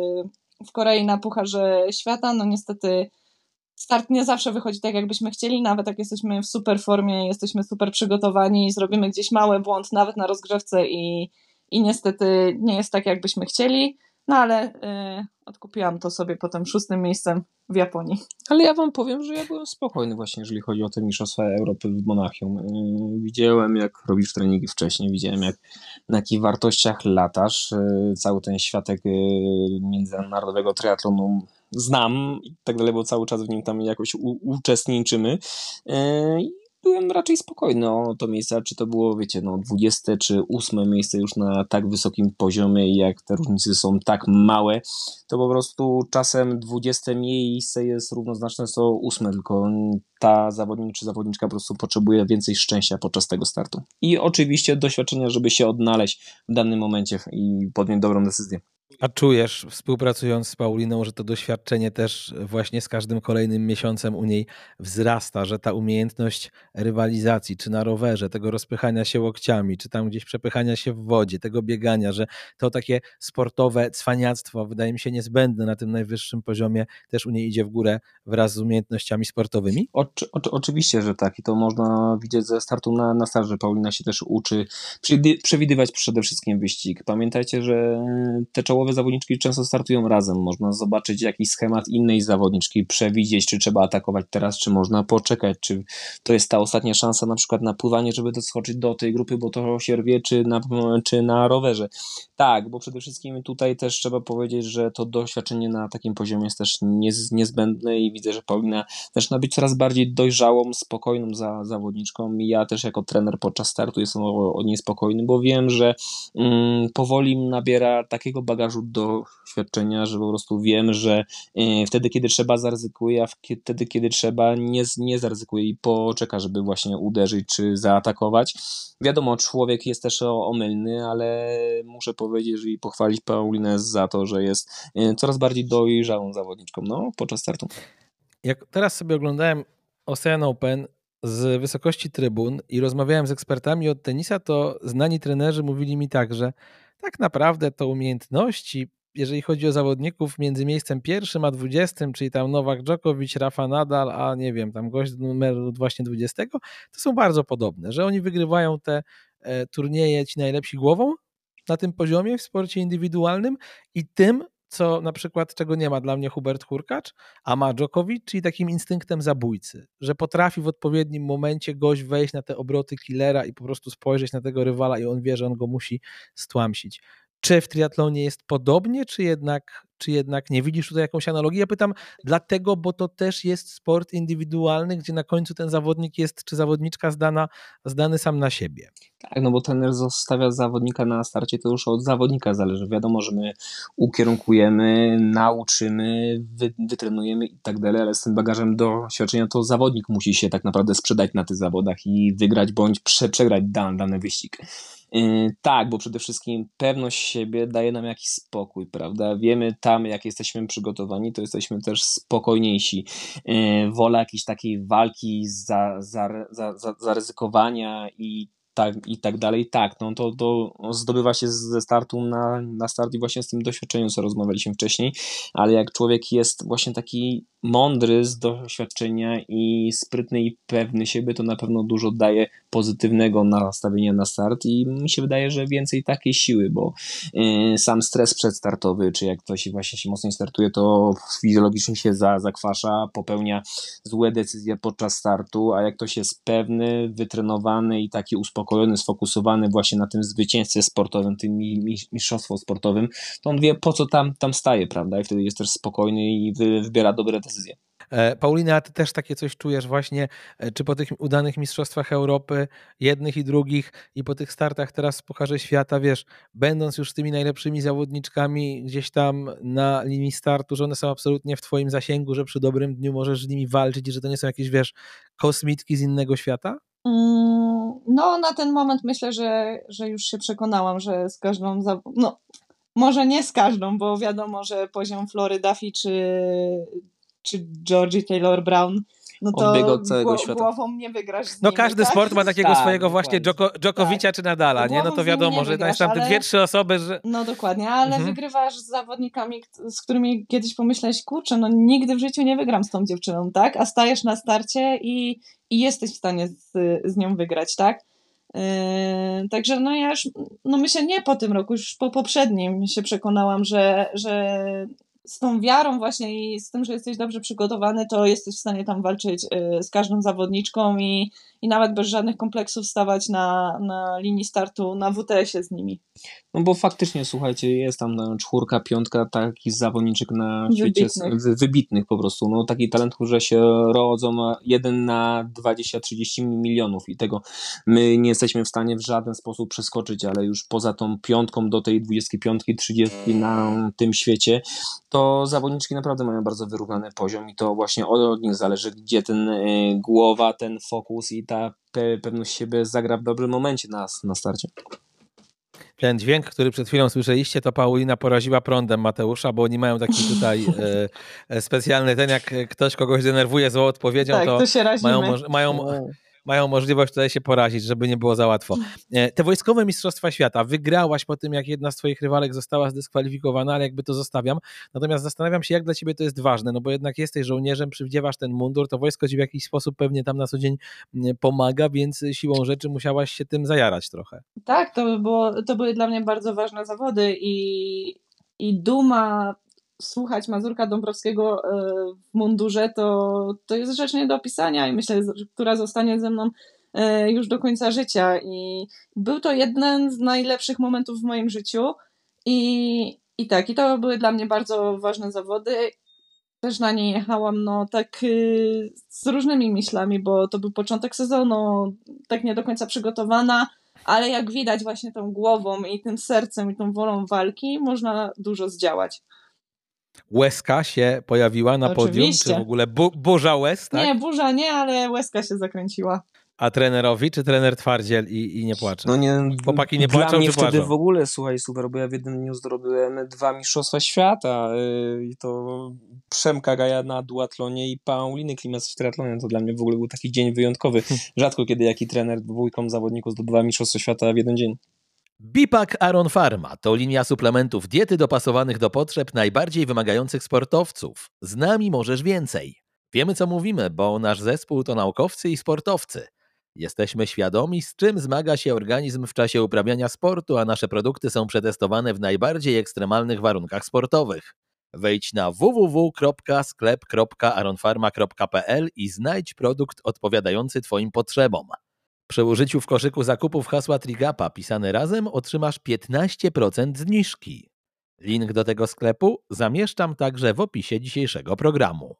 yy, w Korei na Pucharze Świata. No niestety start nie zawsze wychodzi tak, jakbyśmy chcieli, nawet jak jesteśmy w super formie, jesteśmy super przygotowani, zrobimy gdzieś mały błąd nawet na rozgrzewce i, i niestety nie jest tak, jakbyśmy chcieli. No ale yy, odkupiłam to sobie potem szóstym miejscem w Japonii. Ale ja wam powiem, że ja byłem spokojny właśnie, jeżeli chodzi o te Mistrzostwa Europy w Monachium. Yy, Widziałem, jak robisz treningi wcześniej, widziałem, jak na jakich wartościach latasz. Yy, Cały ten światek yy, międzynarodowego triatlonu znam i tak dalej, bo cały czas w nim tam jakoś u- uczestniczymy. Yy, Byłem raczej spokojny o to miejsce, czy to było, wiecie, no dwudzieste czy ósme miejsce już na tak wysokim poziomie i jak te różnice są tak małe, to po prostu czasem dwudzieste miejsce jest równoznaczne co ósme, tylko ta zawodnik czy zawodniczka po prostu potrzebuje więcej szczęścia podczas tego startu. I oczywiście doświadczenia, żeby się odnaleźć w danym momencie i podjąć dobrą decyzję. A czujesz, współpracując z Pauliną, że to doświadczenie też właśnie z każdym kolejnym miesiącem u niej wzrasta, że ta umiejętność rywalizacji, czy na rowerze, tego rozpychania się łokciami, czy tam gdzieś przepychania się w wodzie, tego biegania, że to takie sportowe cwaniactwo wydaje mi się niezbędne na tym najwyższym poziomie, też u niej idzie w górę wraz z umiejętnościami sportowymi? Oczy, oczy, oczywiście, że tak i to można widzieć ze startu na, na start, że Paulina się też uczy przewidy- przewidywać przede wszystkim wyścig. Pamiętajcie, że te czołowe zawodniczki często startują razem. Można zobaczyć jakiś schemat innej zawodniczki, przewidzieć, czy trzeba atakować teraz, czy można poczekać, czy to jest ta ostatnia szansa na przykład na pływanie, żeby doskoczyć do tej grupy, bo to się rwie, czy na, czy na rowerze. Tak, bo przede wszystkim tutaj też trzeba powiedzieć, że to doświadczenie na takim poziomie jest też niez, niezbędne i widzę, że Paulina zaczyna być coraz bardziej dojrzałą, spokojną za, zawodniczką i ja też jako trener podczas startu jestem o, o niej spokojny, bo wiem, że mm, powoli nabiera takiego bagażu doświadczenia, że po prostu wiem, że y, wtedy, kiedy trzeba, zaryzykuje, a wtedy, kiedy trzeba, nie, nie zaryzykuje i poczeka, żeby właśnie uderzyć czy zaatakować. Wiadomo, człowiek jest też omylny, ale muszę powiedzieć, że i pochwalić Paulinę za to, że jest y, coraz bardziej dojrzałą zawodniczką no, podczas startu. Jak teraz sobie oglądałem Ocean Open z wysokości trybun i rozmawiałem z ekspertami od tenisa, to znani trenerzy mówili mi tak, że tak naprawdę to umiejętności, jeżeli chodzi o zawodników między miejscem pierwszym a dwudziestym, czyli tam Nowak Djokovic, Rafa Nadal, a nie wiem, tam gość numeru właśnie dwudziestego, to są bardzo podobne, że oni wygrywają te e, turnieje ci najlepsi głową na tym poziomie w sporcie indywidualnym i tym, co na przykład, czego nie ma dla mnie Hubert Hurkacz, a ma Djokovic, czyli takim instynktem zabójcy, że potrafi w odpowiednim momencie gość wejść na te obroty killera i po prostu spojrzeć na tego rywala i on wie, że on go musi stłamsić. Czy w triatlonie jest podobnie, czy jednak, czy jednak nie? Widzisz tutaj jakąś analogię? Ja pytam dlatego, bo to też jest sport indywidualny, gdzie na końcu ten zawodnik jest, czy zawodniczka zdana, zdany sam na siebie. Tak, no bo trener zostawia zawodnika na starcie, to już od zawodnika zależy. Wiadomo, że my ukierunkujemy, nauczymy, wy, wytrenujemy i tak dalej, ale z tym bagażem doświadczenia to zawodnik musi się tak naprawdę sprzedać na tych zawodach i wygrać bądź prze, przegrać dan, dany wyścig. Yy, tak, bo przede wszystkim pewność siebie daje nam jakiś spokój, prawda? Wiemy tam, jak jesteśmy przygotowani, to jesteśmy też spokojniejsi. Yy, wola jakiejś takiej walki, za, za, za, za, zaryzykowania i tak, i tak dalej, tak, no to, to zdobywa się ze startu na, na start i właśnie z tym doświadczeniem, co rozmawialiśmy wcześniej, ale jak człowiek jest właśnie taki mądry z doświadczenia i sprytny i pewny siebie, to na pewno dużo daje pozytywnego nastawienia na start i mi się wydaje, że więcej takiej siły, bo yy, sam stres przedstartowy, czy jak ktoś właśnie się mocniej startuje, to fizjologicznie się za, zakwasza, popełnia złe decyzje podczas startu, a jak ktoś jest pewny, wytrenowany i taki uspokojony, sfokusowany właśnie na tym zwycięstwie sportowym, tym mistrzostwo sportowym, to on wie, po co tam, tam staje, prawda? I wtedy jest też spokojny i wy, wybiera dobre decyzje. Paulina, a ty też takie coś czujesz właśnie, czy po tych udanych mistrzostwach Europy, jednych i drugich, i po tych startach teraz w Pucharze Świata, wiesz, będąc już tymi najlepszymi zawodniczkami gdzieś tam na linii startu, że one są absolutnie w twoim zasięgu, że przy dobrym dniu możesz z nimi walczyć i że to nie są jakieś, wiesz, kosmitki z innego świata? No, na ten moment myślę, że, że już się przekonałam, że z każdą, no może nie z każdą, bo wiadomo, że poziom Flory Duffy czy, czy Georgie Taylor-Brown, no to gło- głową nie wygrasz z No nimi, każdy tak? sport ma takiego tak, swojego właśnie Djoko- Djokovicia tak. czy Nadala, nie? No to wiadomo, że wygrasz, jest tam te ale... dwie, trzy osoby, że... No dokładnie, ale mhm. wygrywasz z zawodnikami, z którymi kiedyś pomyślałeś, kurczę, no nigdy w życiu nie wygram z tą dziewczyną, tak? A stajesz na starcie i, i jesteś w stanie z, z nią wygrać, tak? Yy, także no ja już, no myślę nie po tym roku, już po poprzednim się przekonałam, że, że z tą wiarą właśnie i z tym, że jesteś dobrze przygotowany, to jesteś w stanie tam walczyć yy, z każdą zawodniczką i, i nawet bez żadnych kompleksów stawać na, na linii startu na W T S-ie z nimi. No bo faktycznie, słuchajcie, jest tam no, czwórka, piątka takich zawodniczek na świecie Wybitnych. wy- wybitnych po prostu, no takich talentów, że się rodzą jeden na dwadzieścia trzydzieści milionów i tego my nie jesteśmy w stanie w żaden sposób przeskoczyć, ale już poza tą piątką do tej dwudziestki piątki, trzydziestki na tym świecie, to zawodniczki naprawdę mają bardzo wyrównany poziom i to właśnie od, od nich zależy, gdzie ten y, głowa, ten fokus i ta pe- pewność siebie zagra w dobrym momencie na, na starcie. Ten dźwięk, który przed chwilą słyszeliście, to Paulina poraziła prądem Mateusza, bo oni mają taki tutaj e, specjalny ten, jak ktoś kogoś denerwuje złą odpowiedzią, tak, to, to się razimy. mają, moż- mają, mają możliwość tutaj się porazić, żeby nie było za łatwo. E, te wojskowe mistrzostwa świata wygrałaś po tym, jak jedna z twoich rywalek została zdyskwalifikowana, ale jakby to zostawiam. Natomiast zastanawiam się, jak dla ciebie to jest ważne, no bo jednak jesteś żołnierzem, przywdziewasz ten mundur, to wojsko ci w jakiś sposób pewnie tam na co dzień pomaga, więc siłą rzeczy musiałaś się tym zajarać trochę. Tak, to, było, to były dla mnie bardzo ważne zawody i, i duma słuchać Mazurka Dąbrowskiego w mundurze to, to jest rzecz nie do opisania i myślę, która zostanie ze mną już do końca życia i był to jeden z najlepszych momentów w moim życiu i, i tak, i to były dla mnie bardzo ważne zawody. Też na nie jechałam no tak z różnymi myślami, bo to był początek sezonu, tak nie do końca przygotowana, ale jak widać właśnie tą głową i tym sercem i tą wolą walki można dużo zdziałać. Łezka się pojawiła na Oczywiście. podium, czy w ogóle bu- burza łez, tak? Nie, burza nie, ale łezka się zakręciła. A trenerowi, czy trener twardziel i, i nie płacze? No nie, Chłopaki nie dla płaczą, mnie czy wtedy płaczą? w ogóle, słuchaj, super, bo ja w jednym dniu zdobyłem dwa mistrzostwa świata yy, i to Przemka Gaja na duatlonie i Pauliny Klimas w triatlonie, to dla mnie w ogóle był taki dzień wyjątkowy. Rzadko kiedy jaki trener dwójką zawodników zdobywa mistrzostwo świata w jeden dzień. Bipak Aron Pharma to linia suplementów diety dopasowanych do potrzeb najbardziej wymagających sportowców. Z nami możesz więcej. Wiemy, co mówimy, bo nasz zespół to naukowcy i sportowcy. Jesteśmy świadomi, z czym zmaga się organizm w czasie uprawiania sportu, a nasze produkty są przetestowane w najbardziej ekstremalnych warunkach sportowych. Wejdź na w w w kropka sklep kropka aronfarma kropka p l i znajdź produkt odpowiadający Twoim potrzebom. Przy użyciu w koszyku zakupów hasła Trigapa pisane razem otrzymasz piętnaście procent zniżki. Link do tego sklepu zamieszczam także w opisie dzisiejszego programu.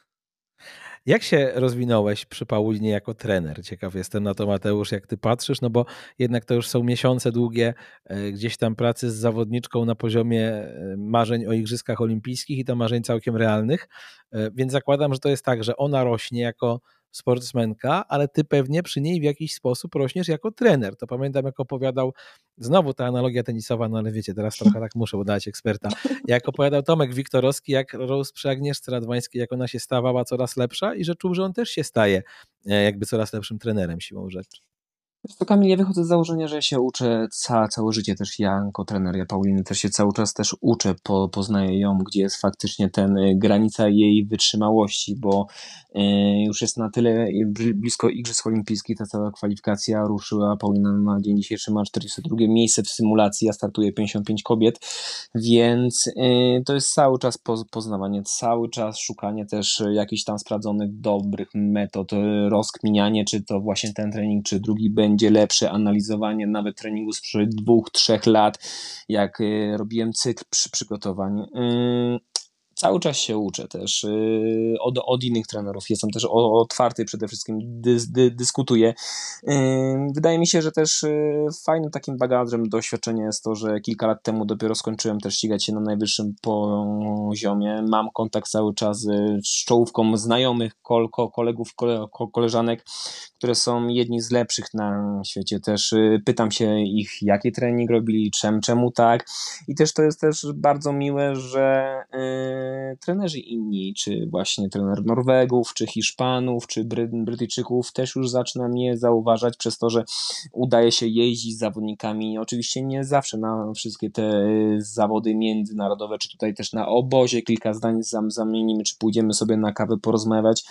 Jak się rozwinąłeś przy Paulinie jako trener? Ciekaw jestem na to, Mateusz, jak ty patrzysz, no bo jednak to już są miesiące długie e, gdzieś tam pracy z zawodniczką na poziomie e, marzeń o Igrzyskach Olimpijskich i to marzeń całkiem realnych, e, więc zakładam, że to jest tak, że ona rośnie jako sportsmenka, ale ty pewnie przy niej w jakiś sposób rośniesz jako trener. To pamiętam, jak opowiadał, znowu ta analogia tenisowa, no ale wiecie, teraz trochę tak muszę udać eksperta, jak opowiadał Tomek Wiktorowski, jak rósł przy Agnieszce Radwańskiej, jak ona się stawała coraz lepsza i że czuł, że on też się staje jakby coraz lepszym trenerem siłą rzeczy. Wiesz co, Kamil, ja wychodzę z założenia, że się uczę ca, całe życie też ja jako trener, ja Pauliny też się cały czas też uczę, po, poznaję ją, gdzie jest faktycznie ten y, granica jej wytrzymałości, bo y, już jest na tyle blisko Igrzysk Olimpijskich, ta cała kwalifikacja ruszyła, Paulina na dzień dzisiejszy ma czterdzieste drugie miejsce w symulacji, ja startuję pięćdziesiąt pięć kobiet, więc y, to jest cały czas po, poznawanie, cały czas szukanie też jakichś tam sprawdzonych, dobrych metod, y, rozkminianie, czy to właśnie ten trening, czy drugi będzie będzie lepsze, analizowanie nawet treningu sprzed dwóch, trzech lat, jak y, robiłem cykl przy przygotowań. Y, cały czas się uczę też y, od, od innych trenerów. Jestem też o, otwarty, przede wszystkim dys, dy, dyskutuję. Y, wydaje mi się, że też y, fajnym takim bagażem doświadczenia jest to, że kilka lat temu dopiero skończyłem też ścigać się na najwyższym poziomie. Mam kontakt cały czas z czołówką znajomych, kol, kolegów, kole, koleżanek, które są jedni z lepszych na świecie. Też y, pytam się ich, jaki trening robili, czem, czemu tak. I też to jest też bardzo miłe, że y, trenerzy inni, czy właśnie trener Norwegów, czy Hiszpanów, czy Bry- Brytyjczyków też już zaczyna mnie zauważać przez to, że udaje się jeździć z zawodnikami. Oczywiście nie zawsze na wszystkie te zawody międzynarodowe, czy tutaj też na obozie kilka zdań zamienimy, czy pójdziemy sobie na kawę porozmawiać.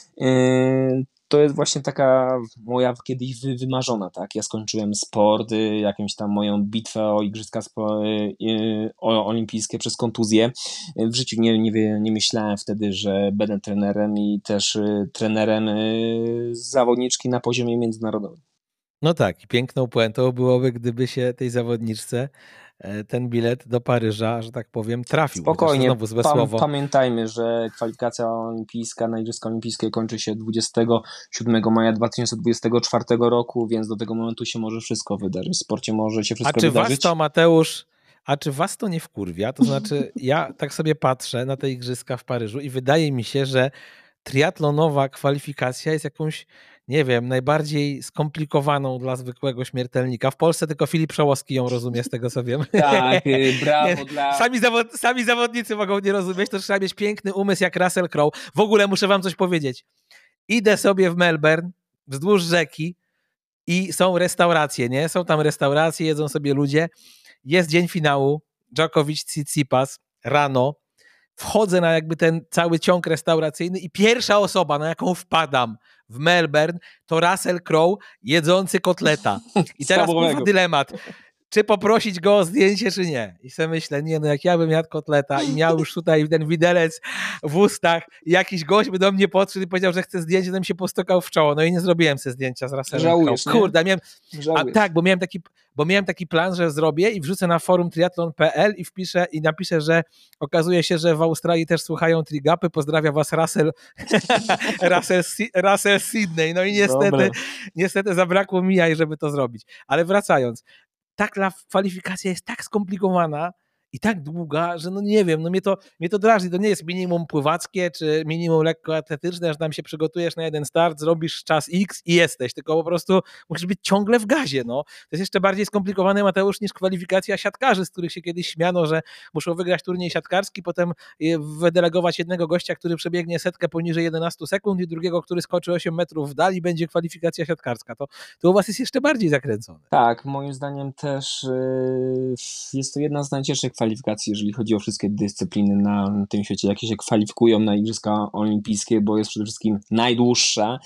Yy, To jest właśnie taka moja kiedyś wy, wymarzona, tak? Ja skończyłem sport, y, jakąś tam moją bitwę o igrzyska spo, y, y, o, olimpijskie przez kontuzję. Y, W życiu nie, nie, nie myślałem wtedy, że będę trenerem i też y, trenerem y, zawodniczki na poziomie międzynarodowym. No tak, i piękną puentą byłoby, gdyby się tej zawodniczce e, ten bilet do Paryża, że tak powiem, trafił. Chociaż Spokojnie, znowu złe pam, słowo. pamiętajmy, że kwalifikacja olimpijska na Igrzyska Olimpijskie kończy się dwudziestego siódmego maja dwa tysiące dwudziestego czwartego roku, więc do tego momentu się może wszystko wydarzyć. W sporcie może się A wszystko czy wydarzyć. was to, Mateusz, a czy was to nie wkurwia? To znaczy, ja tak sobie patrzę na te igrzyska w Paryżu i wydaje mi się, że triatlonowa kwalifikacja jest jakąś, nie wiem, najbardziej skomplikowaną dla zwykłego śmiertelnika. W Polsce tylko Filip Szołowski ją rozumie, z tego co wiem. Tak, y, brawo Nie, dla... Sami, zawod, sami zawodnicy mogą nie rozumieć, to trzeba mieć piękny umysł jak Russell Crowe. W ogóle muszę wam coś powiedzieć. Idę sobie w Melbourne, wzdłuż rzeki i są restauracje, nie? Są tam restauracje, jedzą sobie ludzie. Jest dzień finału, Djokovic, Tsitsipas, rano. Wchodzę na jakby ten cały ciąg restauracyjny i pierwsza osoba, na jaką wpadam w Melbourne, to Russell Crowe jedzący kotleta. I teraz kurwa dylemat. Czy poprosić go o zdjęcie, czy nie? I sobie myślę, nie no, jak ja bym jadł kotleta i miał już tutaj ten widelec w ustach i jakiś gość by do mnie podszedł i powiedział, że chce zdjęcie, to bym się postokał w czoło. No i nie zrobiłem sobie zdjęcia z Russellem. Żałujesz, Crowe. Kurde, miałem, Żałujesz. a tak, bo miałem, taki, bo miałem taki plan, że zrobię i wrzucę na forum triathlon kropka p l i wpiszę i napiszę, że okazuje się, że w Australii też słuchają Trigapy. Pozdrawia was Russell, Russell, Russell Sydney. No i niestety, niestety zabrakło mi jaj, żeby to zrobić. Ale wracając, ta kwalifikacja jest tak skomplikowana i tak długa, że no nie wiem, no mnie to, mnie to drażni. To nie jest minimum pływackie czy minimum lekkoatletyczne, że tam się przygotujesz na jeden start, zrobisz czas X i jesteś, tylko po prostu musisz być ciągle w gazie. No. To jest jeszcze bardziej skomplikowane, Mateusz, niż kwalifikacja siatkarzy, z których się kiedyś śmiano, że muszą wygrać turniej siatkarski, potem wydelegować jednego gościa, który przebiegnie setkę poniżej jedenaście sekund i drugiego, który skoczy osiem metrów w dal i będzie kwalifikacja siatkarska. To, to u was jest jeszcze bardziej zakręcone. Tak, moim zdaniem też yy, jest to jedna z najcięższych kwalifikacji, jeżeli chodzi o wszystkie dyscypliny na tym świecie, jakie się kwalifikują na Igrzyska Olimpijskie, bo jest przede wszystkim najdłuższa.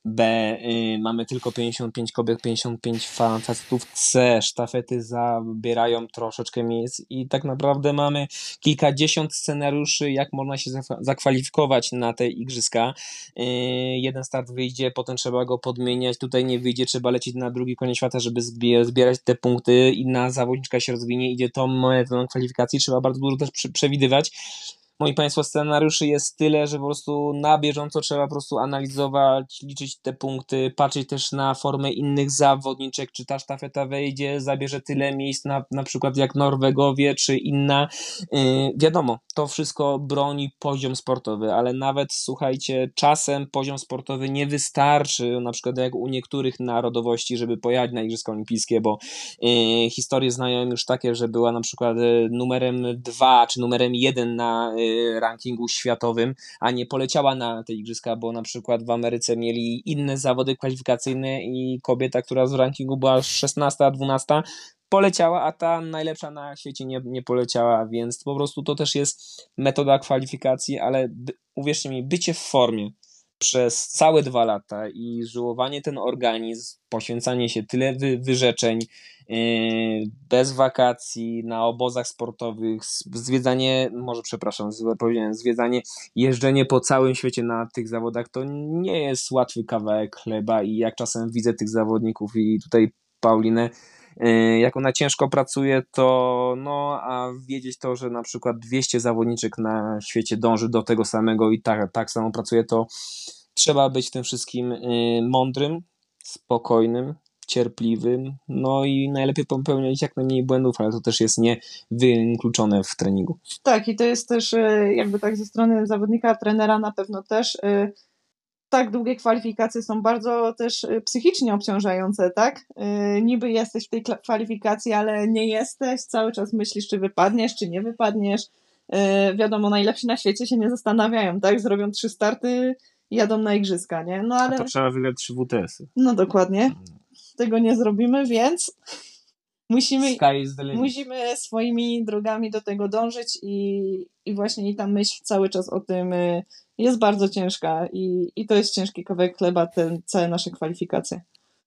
B, y, mamy tylko pięćdziesiąt pięć kobiet, pięćdziesiąt pięć fa- facetów. C, sztafety zabierają troszeczkę miejsc i tak naprawdę mamy kilkadziesiąt scenariuszy, jak można się za- zakwalifikować na te igrzyska. Y, jeden start wyjdzie, potem trzeba go podmieniać, tutaj nie wyjdzie, trzeba lecieć na drugi koniec świata, żeby zbie- zbierać te punkty. Inna zawodniczka się rozwinie, idzie tą metodą kwalifikacji, trzeba bardzo dużo też przy- przewidywać. Moi Państwo, scenariuszy jest tyle, że po prostu na bieżąco trzeba po prostu analizować, liczyć te punkty, patrzeć też na formę innych zawodniczek, czy ta sztafeta wejdzie, zabierze tyle miejsc na, na przykład jak Norwegowie, czy inna. Yy, wiadomo, to wszystko broni poziom sportowy, ale nawet słuchajcie, czasem poziom sportowy nie wystarczy, na przykład jak u niektórych narodowości, żeby pojechać na Igrzyska Olimpijskie, bo yy, historie znają już takie, że była na przykład yy, numerem dwa, czy numerem jeden na yy, rankingu światowym, a nie poleciała na te igrzyska, bo na przykład w Ameryce mieli inne zawody kwalifikacyjne i kobieta, która z rankingu była szesnasta, dwunasta, poleciała, a ta najlepsza na świecie nie, nie poleciała, więc po prostu to też jest metoda kwalifikacji, ale by, uwierzcie mi, bycie w formie przez całe dwa lata i żyłowanie ten organizm, poświęcanie się tyle wy, wyrzeczeń, yy, bez wakacji, na obozach sportowych, zwiedzanie, może przepraszam, powiedziałem, zwiedzanie, jeżdżenie po całym świecie na tych zawodach, to nie jest łatwy kawałek chleba i jak czasem widzę tych zawodników i tutaj Paulinę, jak ona ciężko pracuje, to no, a wiedzieć to, że na przykład dwieście zawodniczek na świecie dąży do tego samego i tak, tak samo pracuje, to trzeba być w tym wszystkim mądrym, spokojnym, cierpliwym, no i najlepiej popełniać jak najmniej błędów, ale to też jest niewykluczone w treningu. Tak, i to jest też jakby tak ze strony zawodnika, trenera na pewno też tak długie kwalifikacje są bardzo też psychicznie obciążające, tak? Yy, niby jesteś w tej kwalifikacji, ale nie jesteś, cały czas myślisz, czy wypadniesz, czy nie wypadniesz. Yy, wiadomo, najlepsi na świecie się nie zastanawiają, tak? Zrobią trzy starty i jadą na igrzyska, nie? No ale... A to trzeba wygrać trzy W T S-y. No dokładnie. Tego nie zrobimy, więc musimy, musimy swoimi drogami do tego dążyć i, i właśnie i ta myśl cały czas o tym jest bardzo ciężka i, i to jest ciężki kawałek chleba, te całe nasze kwalifikacje.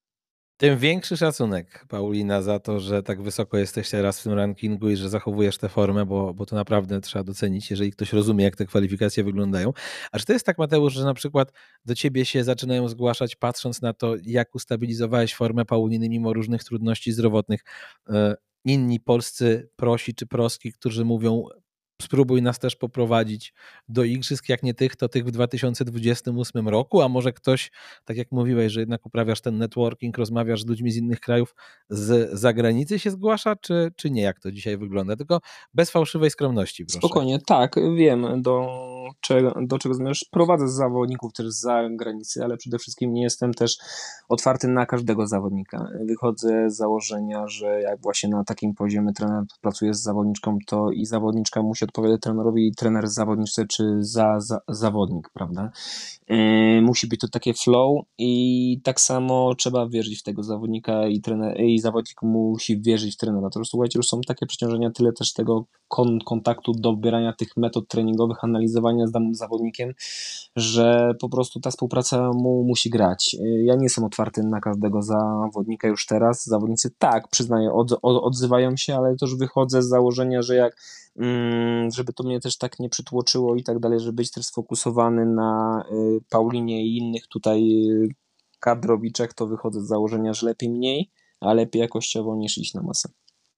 Tym większy szacunek, Paulina, za to, że tak wysoko jesteś teraz w tym rankingu i że zachowujesz tę formę, bo, bo to naprawdę trzeba docenić, jeżeli ktoś rozumie, jak te kwalifikacje wyglądają. A czy to jest tak, Mateusz, że na przykład do ciebie się zaczynają zgłaszać, patrząc na to, jak ustabilizowałeś formę Pauliny mimo różnych trudności zdrowotnych, inni polscy prosi czy proski, którzy mówią: spróbuj nas też poprowadzić do igrzysk, jak nie tych, to tych w dwa tysiące dwudziestym ósmym roku, a może ktoś, tak jak mówiłeś, że jednak uprawiasz ten networking, rozmawiasz z ludźmi z innych krajów, z zagranicy się zgłasza, czy, czy nie, jak to dzisiaj wygląda? Tylko bez fałszywej skromności, proszę. Spokojnie, tak, wiem, do czego, do czego zmierzasz. Prowadzę zawodników też z zagranicy, ale przede wszystkim nie jestem też otwarty na każdego zawodnika. Wychodzę z założenia, że jak właśnie na takim poziomie trener pracuje z zawodniczką, to i zawodniczka musi odpowiadać trenerowi, i trener zawodniczce, czy za, za zawodnik, prawda? Yy, musi być to takie flow i tak samo trzeba wierzyć w tego zawodnika i, trener, i zawodnik musi wierzyć w trenera. To już, słuchajcie, już są takie przeciążenia, tyle też tego kon, kontaktu, dobierania tych metod treningowych, analizowania z danym zawodnikiem, że po prostu ta współpraca mu musi grać. Yy, ja nie jestem otwarty na każdego zawodnika już teraz. Zawodnicy tak, przyznaję, od, od, odzywają się, ale też wychodzę z założenia, że jak żeby to mnie też tak nie przytłoczyło i tak dalej, żeby być też sfokusowany na Paulinie i innych tutaj kadrowiczach, to wychodzę z założenia, że lepiej mniej, a lepiej jakościowo niż iść na masę.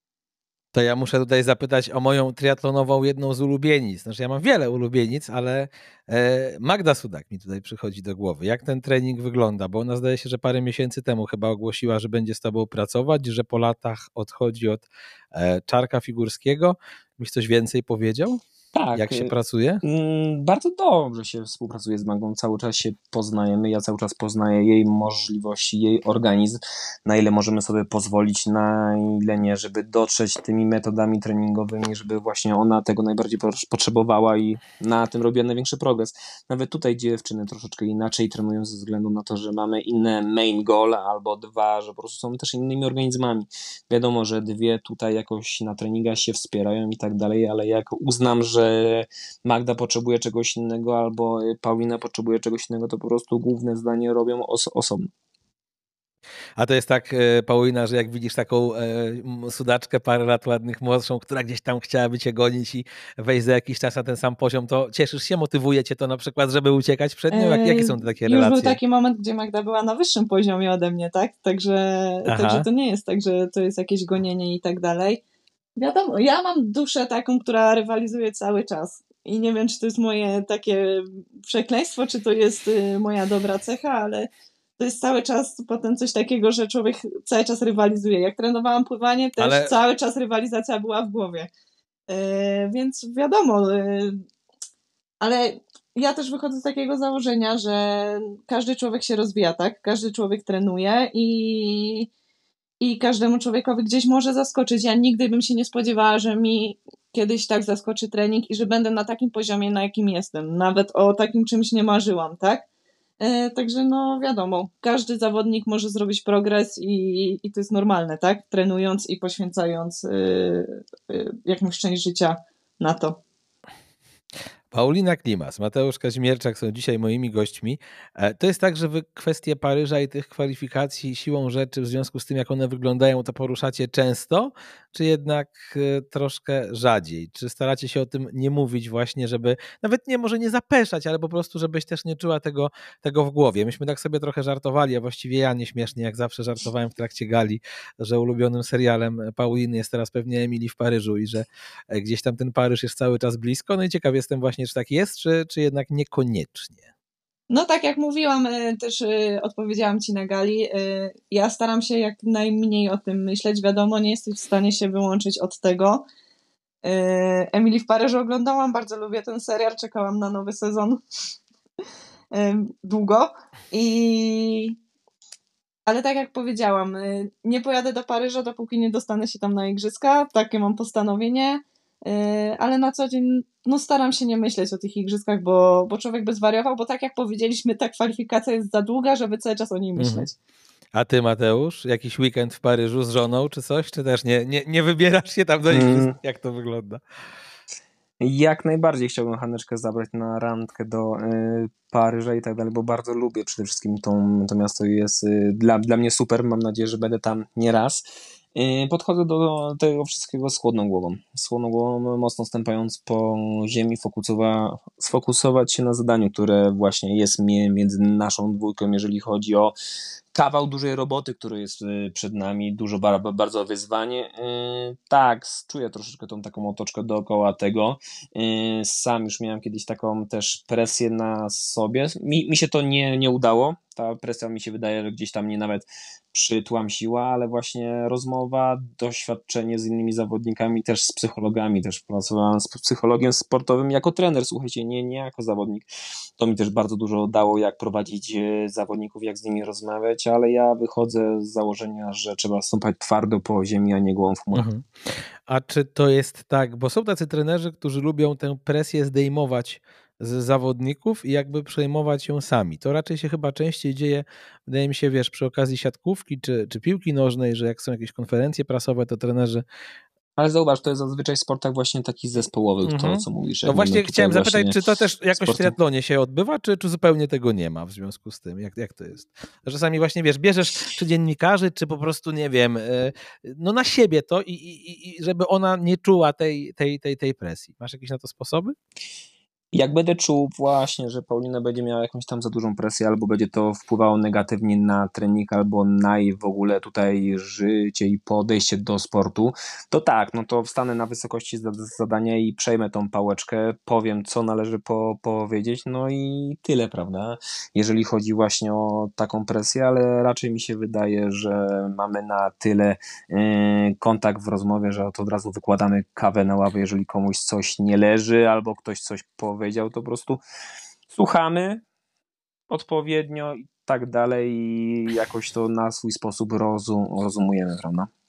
To ja muszę tutaj zapytać o moją triatlonową jedną z ulubienic. Znaczy ja mam wiele ulubienic, ale Magda Sudak mi tutaj przychodzi do głowy. Jak ten trening wygląda? Bo ona zdaje się, że parę miesięcy temu chyba ogłosiła, że będzie z tobą pracować, że po latach odchodzi od Czarka Figurskiego. Byś coś więcej powiedział? Tak. Jak się pracuje? Bardzo dobrze się współpracuje z Magdą, cały czas się poznajemy, ja cały czas poznaję jej możliwości, jej organizm, na ile możemy sobie pozwolić, na ile nie, żeby dotrzeć tymi metodami treningowymi, żeby właśnie ona tego najbardziej potrzebowała i na tym robiła największy progres. Nawet tutaj dziewczyny troszeczkę inaczej trenują ze względu na to, że mamy inne main goal albo dwa, że po prostu są też innymi organizmami. Wiadomo, że dwie tutaj jakoś na treningach się wspierają i tak dalej, ale jak uznam, że że Magda potrzebuje czegoś innego albo Paulina potrzebuje czegoś innego, to po prostu główne zdanie robią os- osobno. A to jest tak, e, Paulina, że jak widzisz taką e, sudaczkę parę lat ładnych młodszą, która gdzieś tam chciałaby cię gonić i wejść za jakiś czas na ten sam poziom, to cieszysz się, motywuje cię to na przykład, żeby uciekać przed nią? Jak, jakie są te takie Już relacje? był taki moment, gdzie Magda była na wyższym poziomie ode mnie, tak? Także, także to nie jest tak, że to jest jakieś gonienie i tak dalej. Wiadomo, ja mam duszę taką, która rywalizuje cały czas. I nie wiem, czy to jest moje takie przekleństwo, czy to jest moja dobra cecha, ale to jest cały czas potem coś takiego, że człowiek cały czas rywalizuje. Jak trenowałam pływanie, też ale... cały czas rywalizacja była w głowie. Yy, więc wiadomo, yy, ale ja też wychodzę z takiego założenia, że każdy człowiek się rozwija, tak? Każdy człowiek trenuje i, i każdemu człowiekowi gdzieś może zaskoczyć. Ja nigdy bym się nie spodziewała, że mi kiedyś tak zaskoczy trening i że będę na takim poziomie, na jakim jestem. Nawet o takim czymś nie marzyłam, tak? Yy, także no wiadomo, każdy zawodnik może zrobić progres i, i to jest normalne, tak? Trenując i poświęcając yy, yy, jakąś część życia na to. Paulina Klimas, Mateusz Kazimierczak są dzisiaj moimi gośćmi. To jest tak, że wy kwestie Paryża i tych kwalifikacji siłą rzeczy w związku z tym, jak one wyglądają, to poruszacie często, czy jednak troszkę rzadziej? Czy staracie się o tym nie mówić właśnie, żeby nawet nie, może nie zapeszać, ale po prostu, żebyś też nie czuła tego, tego w głowie? Myśmy tak sobie trochę żartowali, a właściwie ja nieśmiesznie, jak zawsze żartowałem w trakcie gali, że ulubionym serialem Pauliny jest teraz pewnie Emily w Paryżu i że gdzieś tam ten Paryż jest cały czas blisko. No i ciekaw jestem właśnie, czy tak jest, czy, czy jednak niekoniecznie? No tak jak mówiłam, też odpowiedziałam ci na gali, ja staram się jak najmniej o tym myśleć, wiadomo, nie jesteś w stanie się wyłączyć od tego. Emily w Paryżu oglądałam, bardzo lubię ten serial, czekałam na nowy sezon długo i... Ale tak jak powiedziałam, nie pojadę do Paryża, dopóki nie dostanę się tam na igrzyska, takie mam postanowienie. Ale na co dzień no staram się nie myśleć o tych igrzyskach, bo, bo człowiek by zwariował, bo tak jak powiedzieliśmy, ta kwalifikacja jest za długa, żeby cały czas o niej myśleć. Mhm. A ty, Mateusz, jakiś weekend w Paryżu z żoną czy coś, czy też nie, nie, nie wybierasz się tam do igrzysk? Hmm. Jak to wygląda? Jak najbardziej chciałbym Haneczkę zabrać na randkę do y, Paryża i tak dalej, bo bardzo lubię przede wszystkim tą, to miasto jest y, dla, dla mnie super, mam nadzieję, że będę tam nie raz. Y, podchodzę do tego wszystkiego z chłodną głową, z chłodną głową, mocno stępając po ziemi, fokusowa, sfokusować się na zadaniu, które właśnie jest między naszą dwójką, jeżeli chodzi o kawał dużej roboty, który jest przed nami, dużo, bardzo wyzwanie. Tak, czuję troszeczkę tą taką otoczkę dookoła tego. Sam już miałem kiedyś taką też presję na sobie. Mi, mi się to nie, nie udało. Ta presja mi się wydaje, że gdzieś tam mnie nawet przytłamsiła, ale właśnie rozmowa, doświadczenie z innymi zawodnikami, też z psychologami, też pracowałem z psychologiem sportowym jako trener, słuchajcie, nie, nie jako zawodnik. To mi też bardzo dużo dało, jak prowadzić zawodników, jak z nimi rozmawiać, ale ja wychodzę z założenia, że trzeba stąpać twardo po ziemi, a nie głową w chmurach. Mhm. A czy to jest tak, bo są tacy trenerzy, którzy lubią tę presję zdejmować z zawodników i jakby przejmować ją sami. To raczej się chyba częściej dzieje, wydaje mi się, wiesz, przy okazji siatkówki czy, czy piłki nożnej, że jak są jakieś konferencje prasowe, to trenerzy... Ale zauważ, to jest zazwyczaj w sportach właśnie takich zespołowych, mm-hmm. to co mówisz. No właśnie chciałem zapytać, czy to też jakoś sporty... w triatlonie się odbywa, czy, czy zupełnie tego nie ma w związku z tym? Jak, jak to jest? Czasami właśnie, wiesz, bierzesz czy dziennikarzy, czy po prostu, nie wiem, no na siebie to i, i, i żeby ona nie czuła tej, tej, tej, tej presji. Masz jakieś na to sposoby? Jak będę czuł właśnie, że Paulina będzie miała jakąś tam za dużą presję, albo będzie to wpływało negatywnie na trening, albo na jej w ogóle tutaj życie i podejście do sportu, to tak, no to wstanę na wysokości zadania i przejmę tą pałeczkę, powiem, co należy po, powiedzieć, no i tyle, prawda? Jeżeli chodzi właśnie o taką presję, ale raczej mi się wydaje, że mamy na tyle yy, kontakt w rozmowie, że to od razu wykładamy kawę na ławę, jeżeli komuś coś nie leży, albo ktoś coś powie, powiedział, to po prostu słuchamy odpowiednio i tak dalej i jakoś to na swój sposób rozum, rozumujemy, prawda?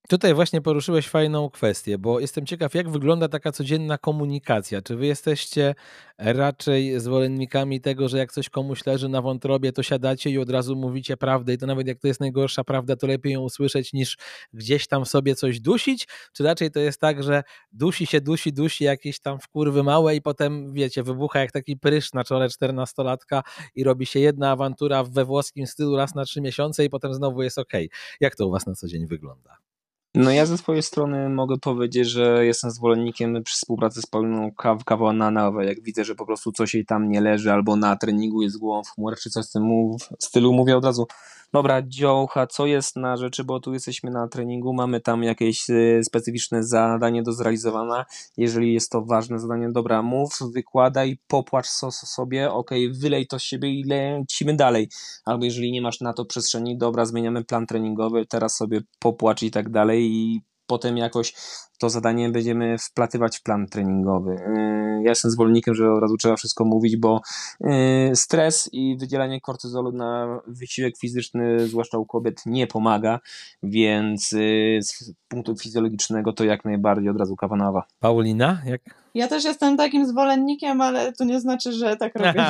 Tutaj właśnie poruszyłeś fajną kwestię, bo jestem ciekaw, jak wygląda taka codzienna komunikacja. Czy wy jesteście raczej zwolennikami tego, że jak coś komuś leży na wątrobie, to siadacie i od razu mówicie prawdę i to nawet jak to jest najgorsza prawda, to lepiej ją usłyszeć niż gdzieś tam sobie coś dusić? Czy raczej to jest tak, że dusi się, dusi, dusi jakieś tam wkurwy małe i potem, wiecie, wybucha jak taki prysz na czole czternastolatka i robi się jedna awantura we włoskim stylu raz na trzy miesiące i potem znowu jest okej. Jak to u was na co dzień wygląda? No ja ze swojej strony mogę powiedzieć, że jestem zwolennikiem przy współpracy z Pauliną kaw, kawa na nawę. Jak widzę, że po prostu coś jej tam nie leży albo na treningu jest głową w chmurach czy coś w tym mów, stylu, mówię od razu, dobra dziołcha, co jest na rzeczy, bo tu jesteśmy na treningu, mamy tam jakieś y, specyficzne zadanie do zrealizowania. Jeżeli jest to ważne zadanie, dobra, mów, wykładaj, popłacz so, so sobie, okej, okay, wylej to z siebie i lecimy dalej. Albo jeżeli nie masz na to przestrzeni, dobra, zmieniamy plan treningowy, teraz sobie popłacz i tak dalej i potem jakoś to zadanie będziemy wplatywać w plan treningowy. Ja jestem zwolennikiem, że od razu trzeba wszystko mówić, bo stres i wydzielanie kortyzolu na wysiłek fizyczny, zwłaszcza u kobiet, nie pomaga, więc z punktu fizjologicznego to jak najbardziej od razu kawa nawa. Paulina? Jak? Ja też jestem takim zwolennikiem, ale to nie znaczy, że tak robię.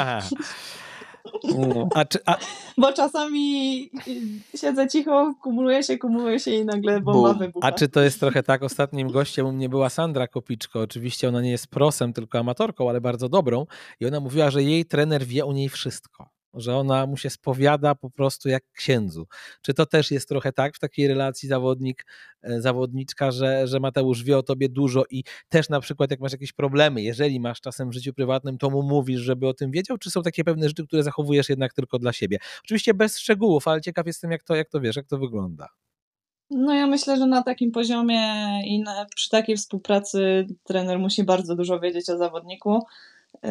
No. A czy, a... Bo czasami siedzę cicho, kumuluje się, kumuluje się i nagle bomba Bum. wybucha. A czy to jest trochę tak, ostatnim gościem u mnie była Sandra Kopiczko, oczywiście ona nie jest prosem, tylko amatorką, ale bardzo dobrą i ona mówiła, że jej trener wie o niej wszystko, że ona mu się spowiada po prostu jak księdzu. Czy to też jest trochę tak w takiej relacji zawodnik, zawodniczka, że, że Mateusz wie o tobie dużo i też na przykład jak masz jakieś problemy, jeżeli masz czasem w życiu prywatnym, to mu mówisz, żeby o tym wiedział, czy są takie pewne rzeczy, które zachowujesz jednak tylko dla siebie? Oczywiście bez szczegółów, ale ciekaw jestem, jak to, jak to wiesz, jak to wygląda. No ja myślę, że na takim poziomie i na, przy takiej współpracy trener musi bardzo dużo wiedzieć o zawodniku. Yy,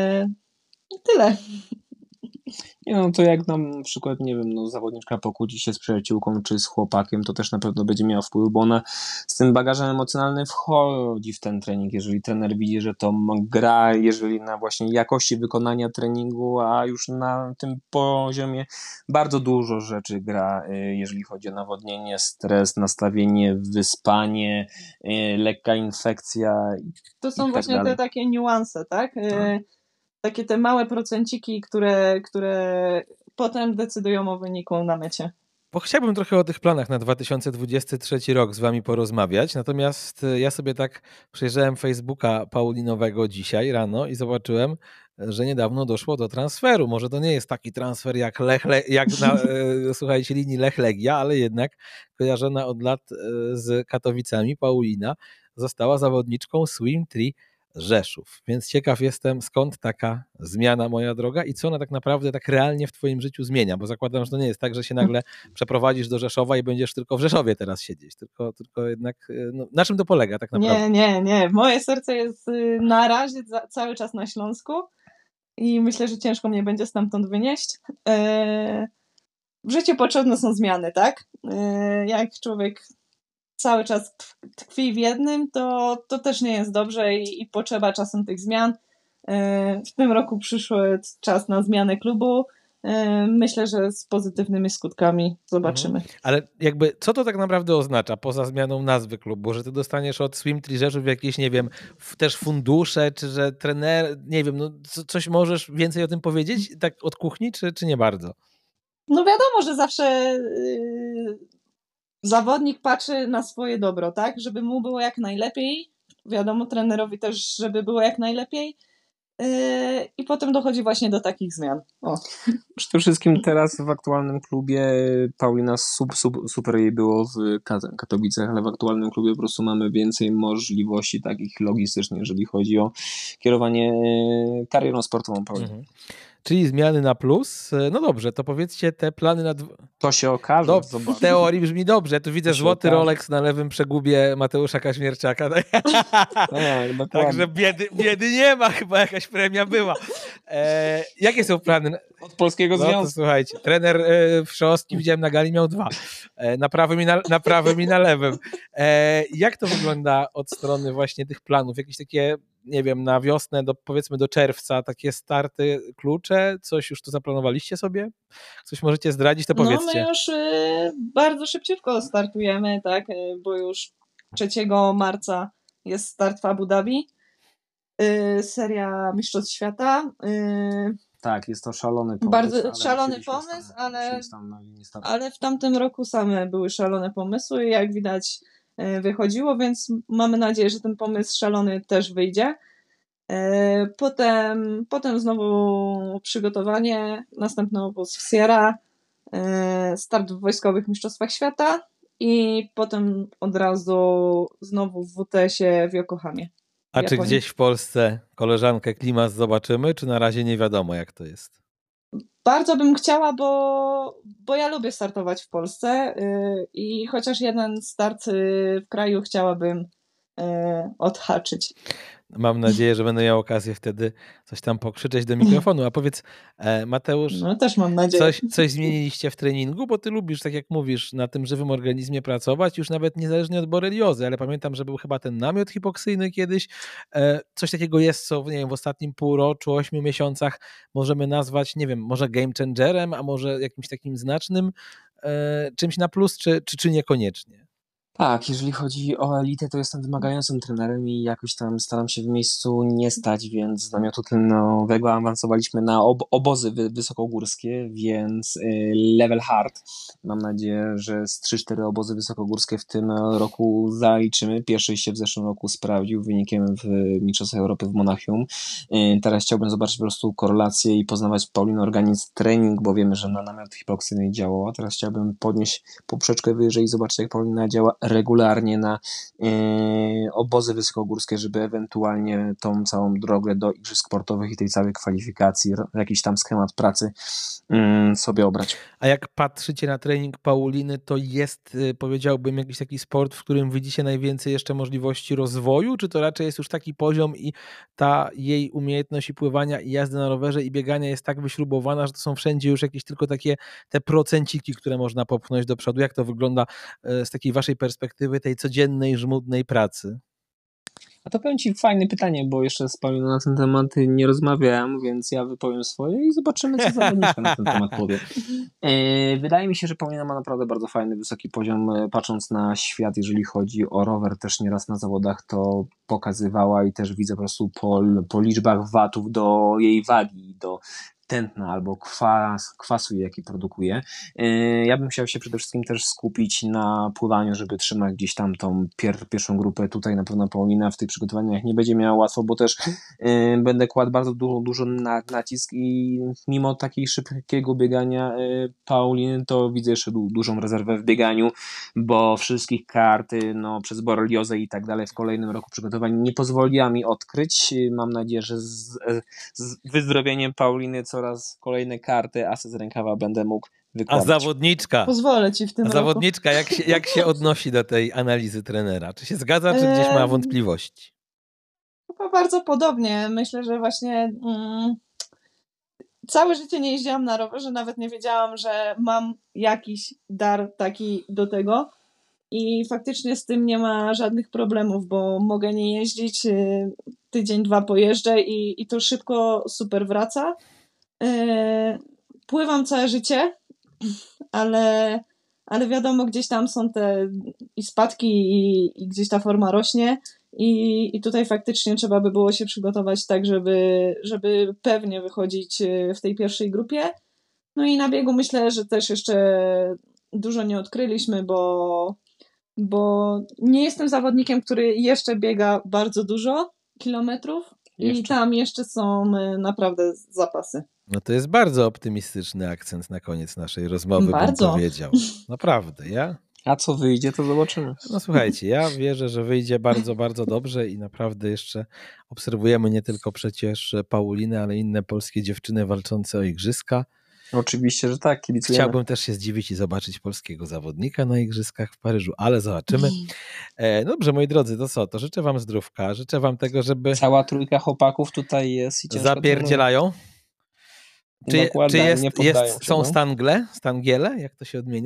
tyle. Nie no, to jak nam na przykład, nie wiem, no zawodniczka pokłóci się z przyjaciółką czy z chłopakiem, to też na pewno będzie miała wpływ, bo ona z tym bagażem emocjonalnym wchodzi w ten trening, jeżeli trener widzi, że to gra, jeżeli na właśnie jakości wykonania treningu, a już na tym poziomie bardzo dużo rzeczy gra, jeżeli chodzi o nawodnienie, stres, nastawienie, wyspanie, lekka infekcja. To są tak właśnie dalej. te takie niuanse, tak? Yy, takie te małe procenciki, które, które potem decydują o wyniku na mecie. Bo chciałbym trochę o tych planach na dwa tysiące dwudziesty trzeci rok z wami porozmawiać, natomiast ja sobie tak przejrzałem Facebooka Paulinowego dzisiaj rano i zobaczyłem, że niedawno doszło do transferu. Może to nie jest taki transfer jak, Lech, jak na e, słuchajcie, linii Lech-Legia, ale jednak kojarzona od lat z Katowicami Paulina została zawodniczką Swim Tree Rzeszów. Więc ciekaw jestem, skąd taka zmiana, moja droga, i co ona tak naprawdę tak realnie w twoim życiu zmienia, bo zakładam, że to nie jest tak, że się nagle przeprowadzisz do Rzeszowa i będziesz tylko w Rzeszowie teraz siedzieć, tylko, tylko jednak, no, na czym to polega tak naprawdę? Nie, nie, nie. Moje serce jest na razie cały czas na Śląsku i myślę, że ciężko mnie będzie stamtąd wynieść. W życiu potrzebne są zmiany, tak? Jak człowiek cały czas tkwi w jednym, to, to też nie jest dobrze i, i potrzeba czasem tych zmian. W tym roku przyszł czas na zmianę klubu. Myślę, że z pozytywnymi skutkami zobaczymy. Mhm. Ale jakby, co to tak naprawdę oznacza poza zmianą nazwy klubu? Że ty dostaniesz od Swim Tree Rzeszów jakieś, nie wiem, f- też fundusze, czy że trener, nie wiem, no co, coś możesz więcej o tym powiedzieć? Tak od kuchni, czy, czy nie bardzo? No wiadomo, że zawsze yy, zawodnik patrzy na swoje dobro, tak? Żeby mu było jak najlepiej. Wiadomo, trenerowi też, żeby było jak najlepiej. I potem dochodzi właśnie do takich zmian. O. Przede wszystkim teraz w aktualnym klubie Paulina sub, sub, super jej było w Katowicach, ale w aktualnym klubie po prostu mamy więcej możliwości takich logistycznych, jeżeli chodzi o kierowanie karierą sportową Pauliny. Mhm. Czyli zmiany na plus. No dobrze, to powiedzcie te plany na... Dw- to się okaże. Do, w teorii brzmi dobrze. Ja tu widzę złoty okaże. Rolex na lewym przegubie Mateusza Kaźmierczaka. Nie, Także biedy, biedy nie ma, chyba jakaś premia była. E, jakie są plany? Od Polskiego no, Związku. To, słuchajcie, trener e, Wszostki widziałem na gali, miał dwa. E, na prawym i na, na prawym i na lewym. E, jak to wygląda od strony właśnie tych planów? Jakieś takie nie wiem, na wiosnę, do, powiedzmy do czerwca, takie starty, klucze? Coś już tu zaplanowaliście sobie? Coś możecie zdradzić, to powiedzcie. No my już y, bardzo szybciutko startujemy, tak, y, bo już trzeciego marca jest start w Abu Dhabi, y, seria Mistrzostw Świata. Y, Tak, jest to szalony pomysł. Bardzo ale szalony musieliśmy pomysł, stan- ale, musieli tam na linii startu. ale w tamtym roku same były szalone pomysły i jak widać y, wychodziło, więc mamy nadzieję, że ten pomysł szalony też wyjdzie. Y, Potem, potem znowu przygotowanie, następny obóz w Sierra, y, start w Wojskowych Mistrzostwach Świata i potem od razu znowu w W T S-ie w Yokohamie. A w czy Japonii. gdzieś w Polsce koleżankę Klimas zobaczymy, czy na razie nie wiadomo, jak to jest? Bardzo bym chciała, bo, bo ja lubię startować w Polsce y, i chociaż jeden start y, w kraju chciałabym y, odhaczyć. Mam nadzieję, że będę miał okazję wtedy coś tam pokrzyczeć do mikrofonu. A powiedz, e, Mateusz, No też mam nadzieję. coś, coś zmieniliście w treningu? Bo ty lubisz, tak jak mówisz, na tym żywym organizmie pracować, już nawet niezależnie od boreliozy, ale pamiętam, że był chyba ten namiot hipoksyjny kiedyś. E, coś takiego jest, co nie wiem, w ostatnim półroczu, ośmiu miesiącach możemy nazwać, nie wiem, może game changerem, a może jakimś takim znacznym e, czymś na plus, czy, czy, czy niekoniecznie? Tak, jeżeli chodzi o elitę, to jestem wymagającym trenerem i jakoś tam staram się w miejscu nie stać, więc z namiotu tlenowego awansowaliśmy na ob- obozy wy- wysokogórskie, więc y, level hard. Mam nadzieję, że z trzy cztery obozy wysokogórskie w tym roku zaliczymy. Pierwszy się w zeszłym roku sprawdził wynikiem w Mistrzostwach Europy w Monachium. Y, teraz chciałbym zobaczyć po prostu korelację i poznawać Pauliny organizm, trening, bo wiemy, że na namiot hipoksyjny działała. Teraz chciałbym podnieść poprzeczkę wyżej i zobaczyć, jak Paulina działa regularnie na e, obozy wysokogórskie, żeby ewentualnie tą całą drogę do igrzysk sportowych i tej całej kwalifikacji, ro- jakiś tam schemat pracy mm, sobie obrać. A jak patrzycie na trening Pauliny, to jest, y, powiedziałbym, jakiś taki sport, w którym widzicie najwięcej jeszcze możliwości rozwoju, czy to raczej jest już taki poziom i ta jej umiejętność i pływania, i jazdy na rowerze, i biegania jest tak wyśrubowana, że to są wszędzie już jakieś tylko takie te procenciki, które można popchnąć do przodu? Jak to wygląda y, z takiej waszej perspektywy, tej codziennej, żmudnej pracy? A to powiem Ci fajne pytanie, bo jeszcze z Pauliną na ten temat nie rozmawiałem, więc ja wypowiem swoje i zobaczymy, co zawodniczka na ten temat powie. E, Wydaje mi się, że Paulina ma naprawdę bardzo fajny, wysoki poziom, e, patrząc na świat, jeżeli chodzi o rower, też nieraz na zawodach to pokazywała i też widzę po prostu po, po liczbach watów do jej wagi, do tętna albo kwas, kwasu, jaki produkuje. E, Ja bym chciał się przede wszystkim też skupić na pływaniu, żeby trzymać gdzieś tam tą pier, pierwszą grupę. Tutaj na pewno Paulina w tych przygotowaniach nie będzie miała łatwo, bo też e, będę kładł bardzo dużo, dużo na, nacisk i mimo takiego szybkiego biegania e, Pauliny, to widzę jeszcze du, dużą rezerwę w bieganiu, bo wszystkich kart e, no, przez boreliozę i tak dalej w kolejnym roku przygotowań nie pozwoliła mi odkryć. E, Mam nadzieję, że z, z wyzdrowieniem Pauliny coraz kolejne karty, asy z rękawa będę mógł A wykładać. zawodniczka, Pozwolę ci w tym a roku. zawodniczka jak, się, jak się odnosi do tej analizy trenera? Czy się zgadza, czy gdzieś ma Em, wątpliwości? Chyba bardzo podobnie. Myślę, że właśnie mm, całe życie nie jeździłam na rowerze, nawet nie wiedziałam, że mam jakiś dar taki do tego i faktycznie z tym nie ma żadnych problemów, bo mogę nie jeździć, y, tydzień, dwa pojeżdżę i, i to szybko super wraca. Y, Pływam całe życie, ale, ale wiadomo, gdzieś tam są te i spadki i, i gdzieś ta forma rośnie i, i tutaj faktycznie trzeba by było się przygotować tak, żeby, żeby pewnie wychodzić y, w tej pierwszej grupie. No i na biegu myślę, że też jeszcze dużo nie odkryliśmy, bo, bo nie jestem zawodnikiem, który jeszcze biega bardzo dużo kilometrów i Jeszcze. tam jeszcze są y, naprawdę zapasy. No to jest bardzo optymistyczny akcent na koniec naszej rozmowy, Bardzo. bym powiedział. Naprawdę, ja? A co wyjdzie, to zobaczymy. No słuchajcie, ja wierzę, że wyjdzie bardzo, bardzo dobrze i naprawdę jeszcze obserwujemy nie tylko przecież Paulinę, ale inne polskie dziewczyny walczące o igrzyska. Oczywiście, że tak, kibicujemy. Chciałbym też się zdziwić i zobaczyć polskiego zawodnika na igrzyskach w Paryżu, ale zobaczymy. E, dobrze, moi drodzy, to co? To życzę wam zdrówka, życzę wam tego, żeby Cała trójka chłopaków tutaj jest i ciężko zapierdzielają. Czy, Dokładnie, czy jest, nie poddają jest, się, są no. stangle? Stangiele? Jak to się odmienia?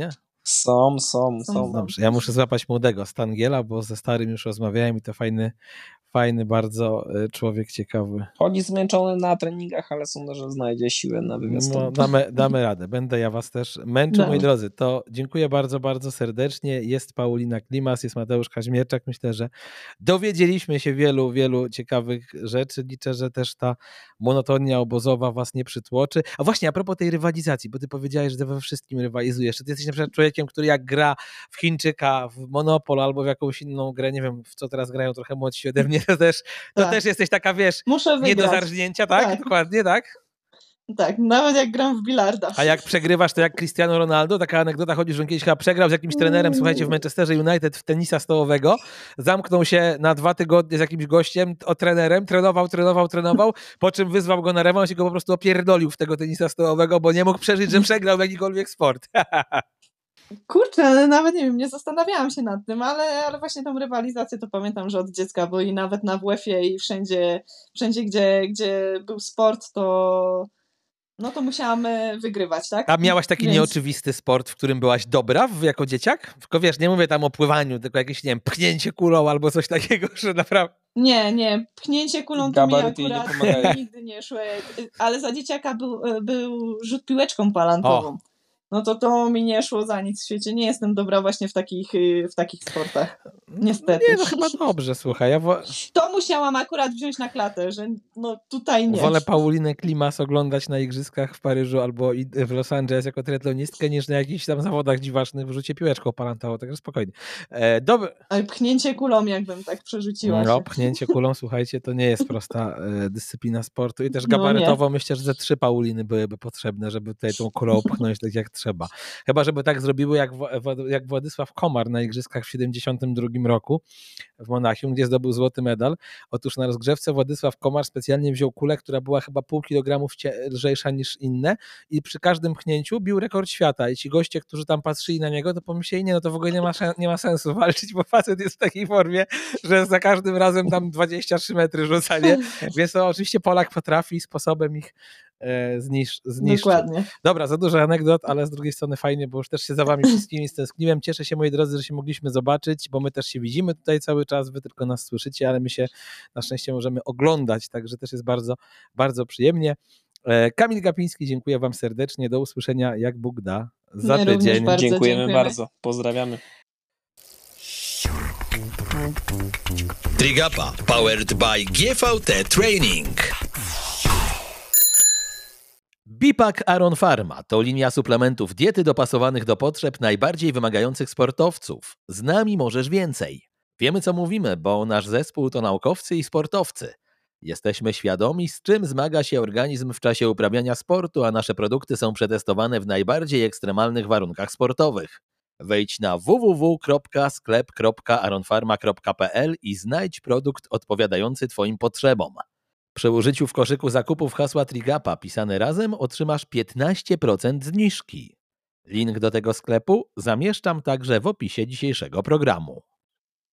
Są, są, Są, są. Dobrze, ja muszę złapać młodego Stangiela, bo ze starym już rozmawiałem i to fajny, fajny bardzo y, człowiek ciekawy. Chodzi zmęczony na treningach, ale sądzę, że znajdzie siłę na wywiad z No, tobą. damy, damy radę. Będę ja was też męczył, moi Damy. drodzy. To dziękuję bardzo, bardzo serdecznie. Jest Paulina Klimas, jest Mateusz Kaźmierczak. Myślę, że dowiedzieliśmy się wielu, wielu ciekawych rzeczy. Liczę, że też ta monotonia obozowa was nie przytłoczy. A właśnie, a propos tej rywalizacji, bo ty powiedziałeś, że we wszystkim rywalizujesz. Czy ty jesteś na przykład człowiekiem, który jak gra w Chińczyka, w Monopol albo w jakąś inną grę, nie wiem, w co teraz grają trochę młodsi ode mnie, to też, to Tak. też jesteś taka, wiesz, Muszę nie do wygrać. zarżnięcia, tak? Tak. Dokładnie, tak? Tak, nawet jak gram w bilarda. A jak przegrywasz, to jak Cristiano Ronaldo, taka anegdota chodzi, że on kiedyś chyba przegrał z jakimś trenerem, słuchajcie, w Manchesterze United w tenisa stołowego, zamknął się na dwa tygodnie z jakimś gościem, o trenerem, trenował, trenował, trenował, po czym wyzwał go na rewanż i go po prostu opierdolił w tego tenisa stołowego, bo nie mógł przeżyć, że przegrał w jakikolwiek sport. Kurczę, nawet nie wiem, nie zastanawiałam się nad tym, ale, ale właśnie tą rywalizację to pamiętam, że od dziecka, bo i nawet na W F-ie i wszędzie, wszędzie gdzie, gdzie był sport, to no to musiałam e, wygrywać, tak? A miałaś taki Więc- nieoczywisty sport, w którym byłaś dobra w, jako dzieciak? Tylko wiesz, nie mówię tam o pływaniu, tylko jakieś, nie wiem, pchnięcie kulą albo coś takiego, że naprawdę... Nie, nie, pchnięcie kulą to mi Gabaryty jej nie akurat pomagają. nigdy nie szły, ale za dzieciaka był, był rzut piłeczką palantową. No to to mi nie szło za nic w świecie. Nie jestem dobra właśnie w takich, y, w takich sportach. Niestety. Nie, no chyba dobrze, słuchaj, ja wo... To musiałam akurat wziąć na klatę, że no tutaj nie. wolę Paulinę Klimas oglądać na igrzyskach w Paryżu albo i- w Los Angeles jako triatlonistkę, niż na jakichś tam zawodach dziwacznych w rzucie piłeczką palantową, także spokojnie. E, dob- Ale pchnięcie kulą jakbym tak przerzuciła No, się. pchnięcie kulą, słuchajcie, to nie jest prosta e, dyscyplina sportu i też No gabarytowo myślę, że ze trzy Pauliny byłyby potrzebne, żeby tutaj tą kulą pchnąć tak jak trzeba. Chyba, żeby tak zrobiły jak, Wła- Wła- jak Władysław Komar na igrzyskach w siedemdziesiątym drugim roku w Monachium, gdzie zdobył złoty medal. Otóż na rozgrzewce Władysław Komar specjalnie wziął kulę, która była chyba pół kilogramów cie- lżejsza niż inne i przy każdym pchnięciu bił rekord świata i ci goście, którzy tam patrzyli na niego, to pomyśleli, nie, no to w ogóle nie ma, szan- nie ma sensu walczyć, bo facet jest w takiej formie, że za każdym razem tam dwadzieścia trzy metry rzuca, nie? Więc to oczywiście Polak potrafi sposobem ich e, znisz- zniszczyć. Dokładnie. Dobra, za dużo anegdot, ale z drugiej strony fajnie, bo już też się za wami wszystkimi stęskniłem. Cieszę się, moi drodzy, że się mogliśmy zobaczyć, bo my też się widzimy tutaj cały czas, wy tylko nas słyszycie, ale my się na szczęście możemy oglądać, także też jest bardzo, bardzo przyjemnie. E, Kamil Gapiński, dziękuję wam serdecznie. Do usłyszenia, jak Bóg da, za My również tydzień. bardzo Dziękujemy, dziękujemy. bardzo. Pozdrawiamy. Trigapa powered by G V T Training. Bipak Aron Pharma to linia suplementów diety dopasowanych do potrzeb najbardziej wymagających sportowców. Z nami możesz więcej. Wiemy, co mówimy, bo nasz zespół to naukowcy i sportowcy. Jesteśmy świadomi, z czym zmaga się organizm w czasie uprawiania sportu, a nasze produkty są przetestowane w najbardziej ekstremalnych warunkach sportowych. Wejdź na w w w kropka sklep kropka aronfarma kropka p l i znajdź produkt odpowiadający Twoim potrzebom. Przy użyciu w koszyku zakupów hasła Trigapa pisane razem otrzymasz piętnaście procent zniżki. Link do tego sklepu zamieszczam także w opisie dzisiejszego programu.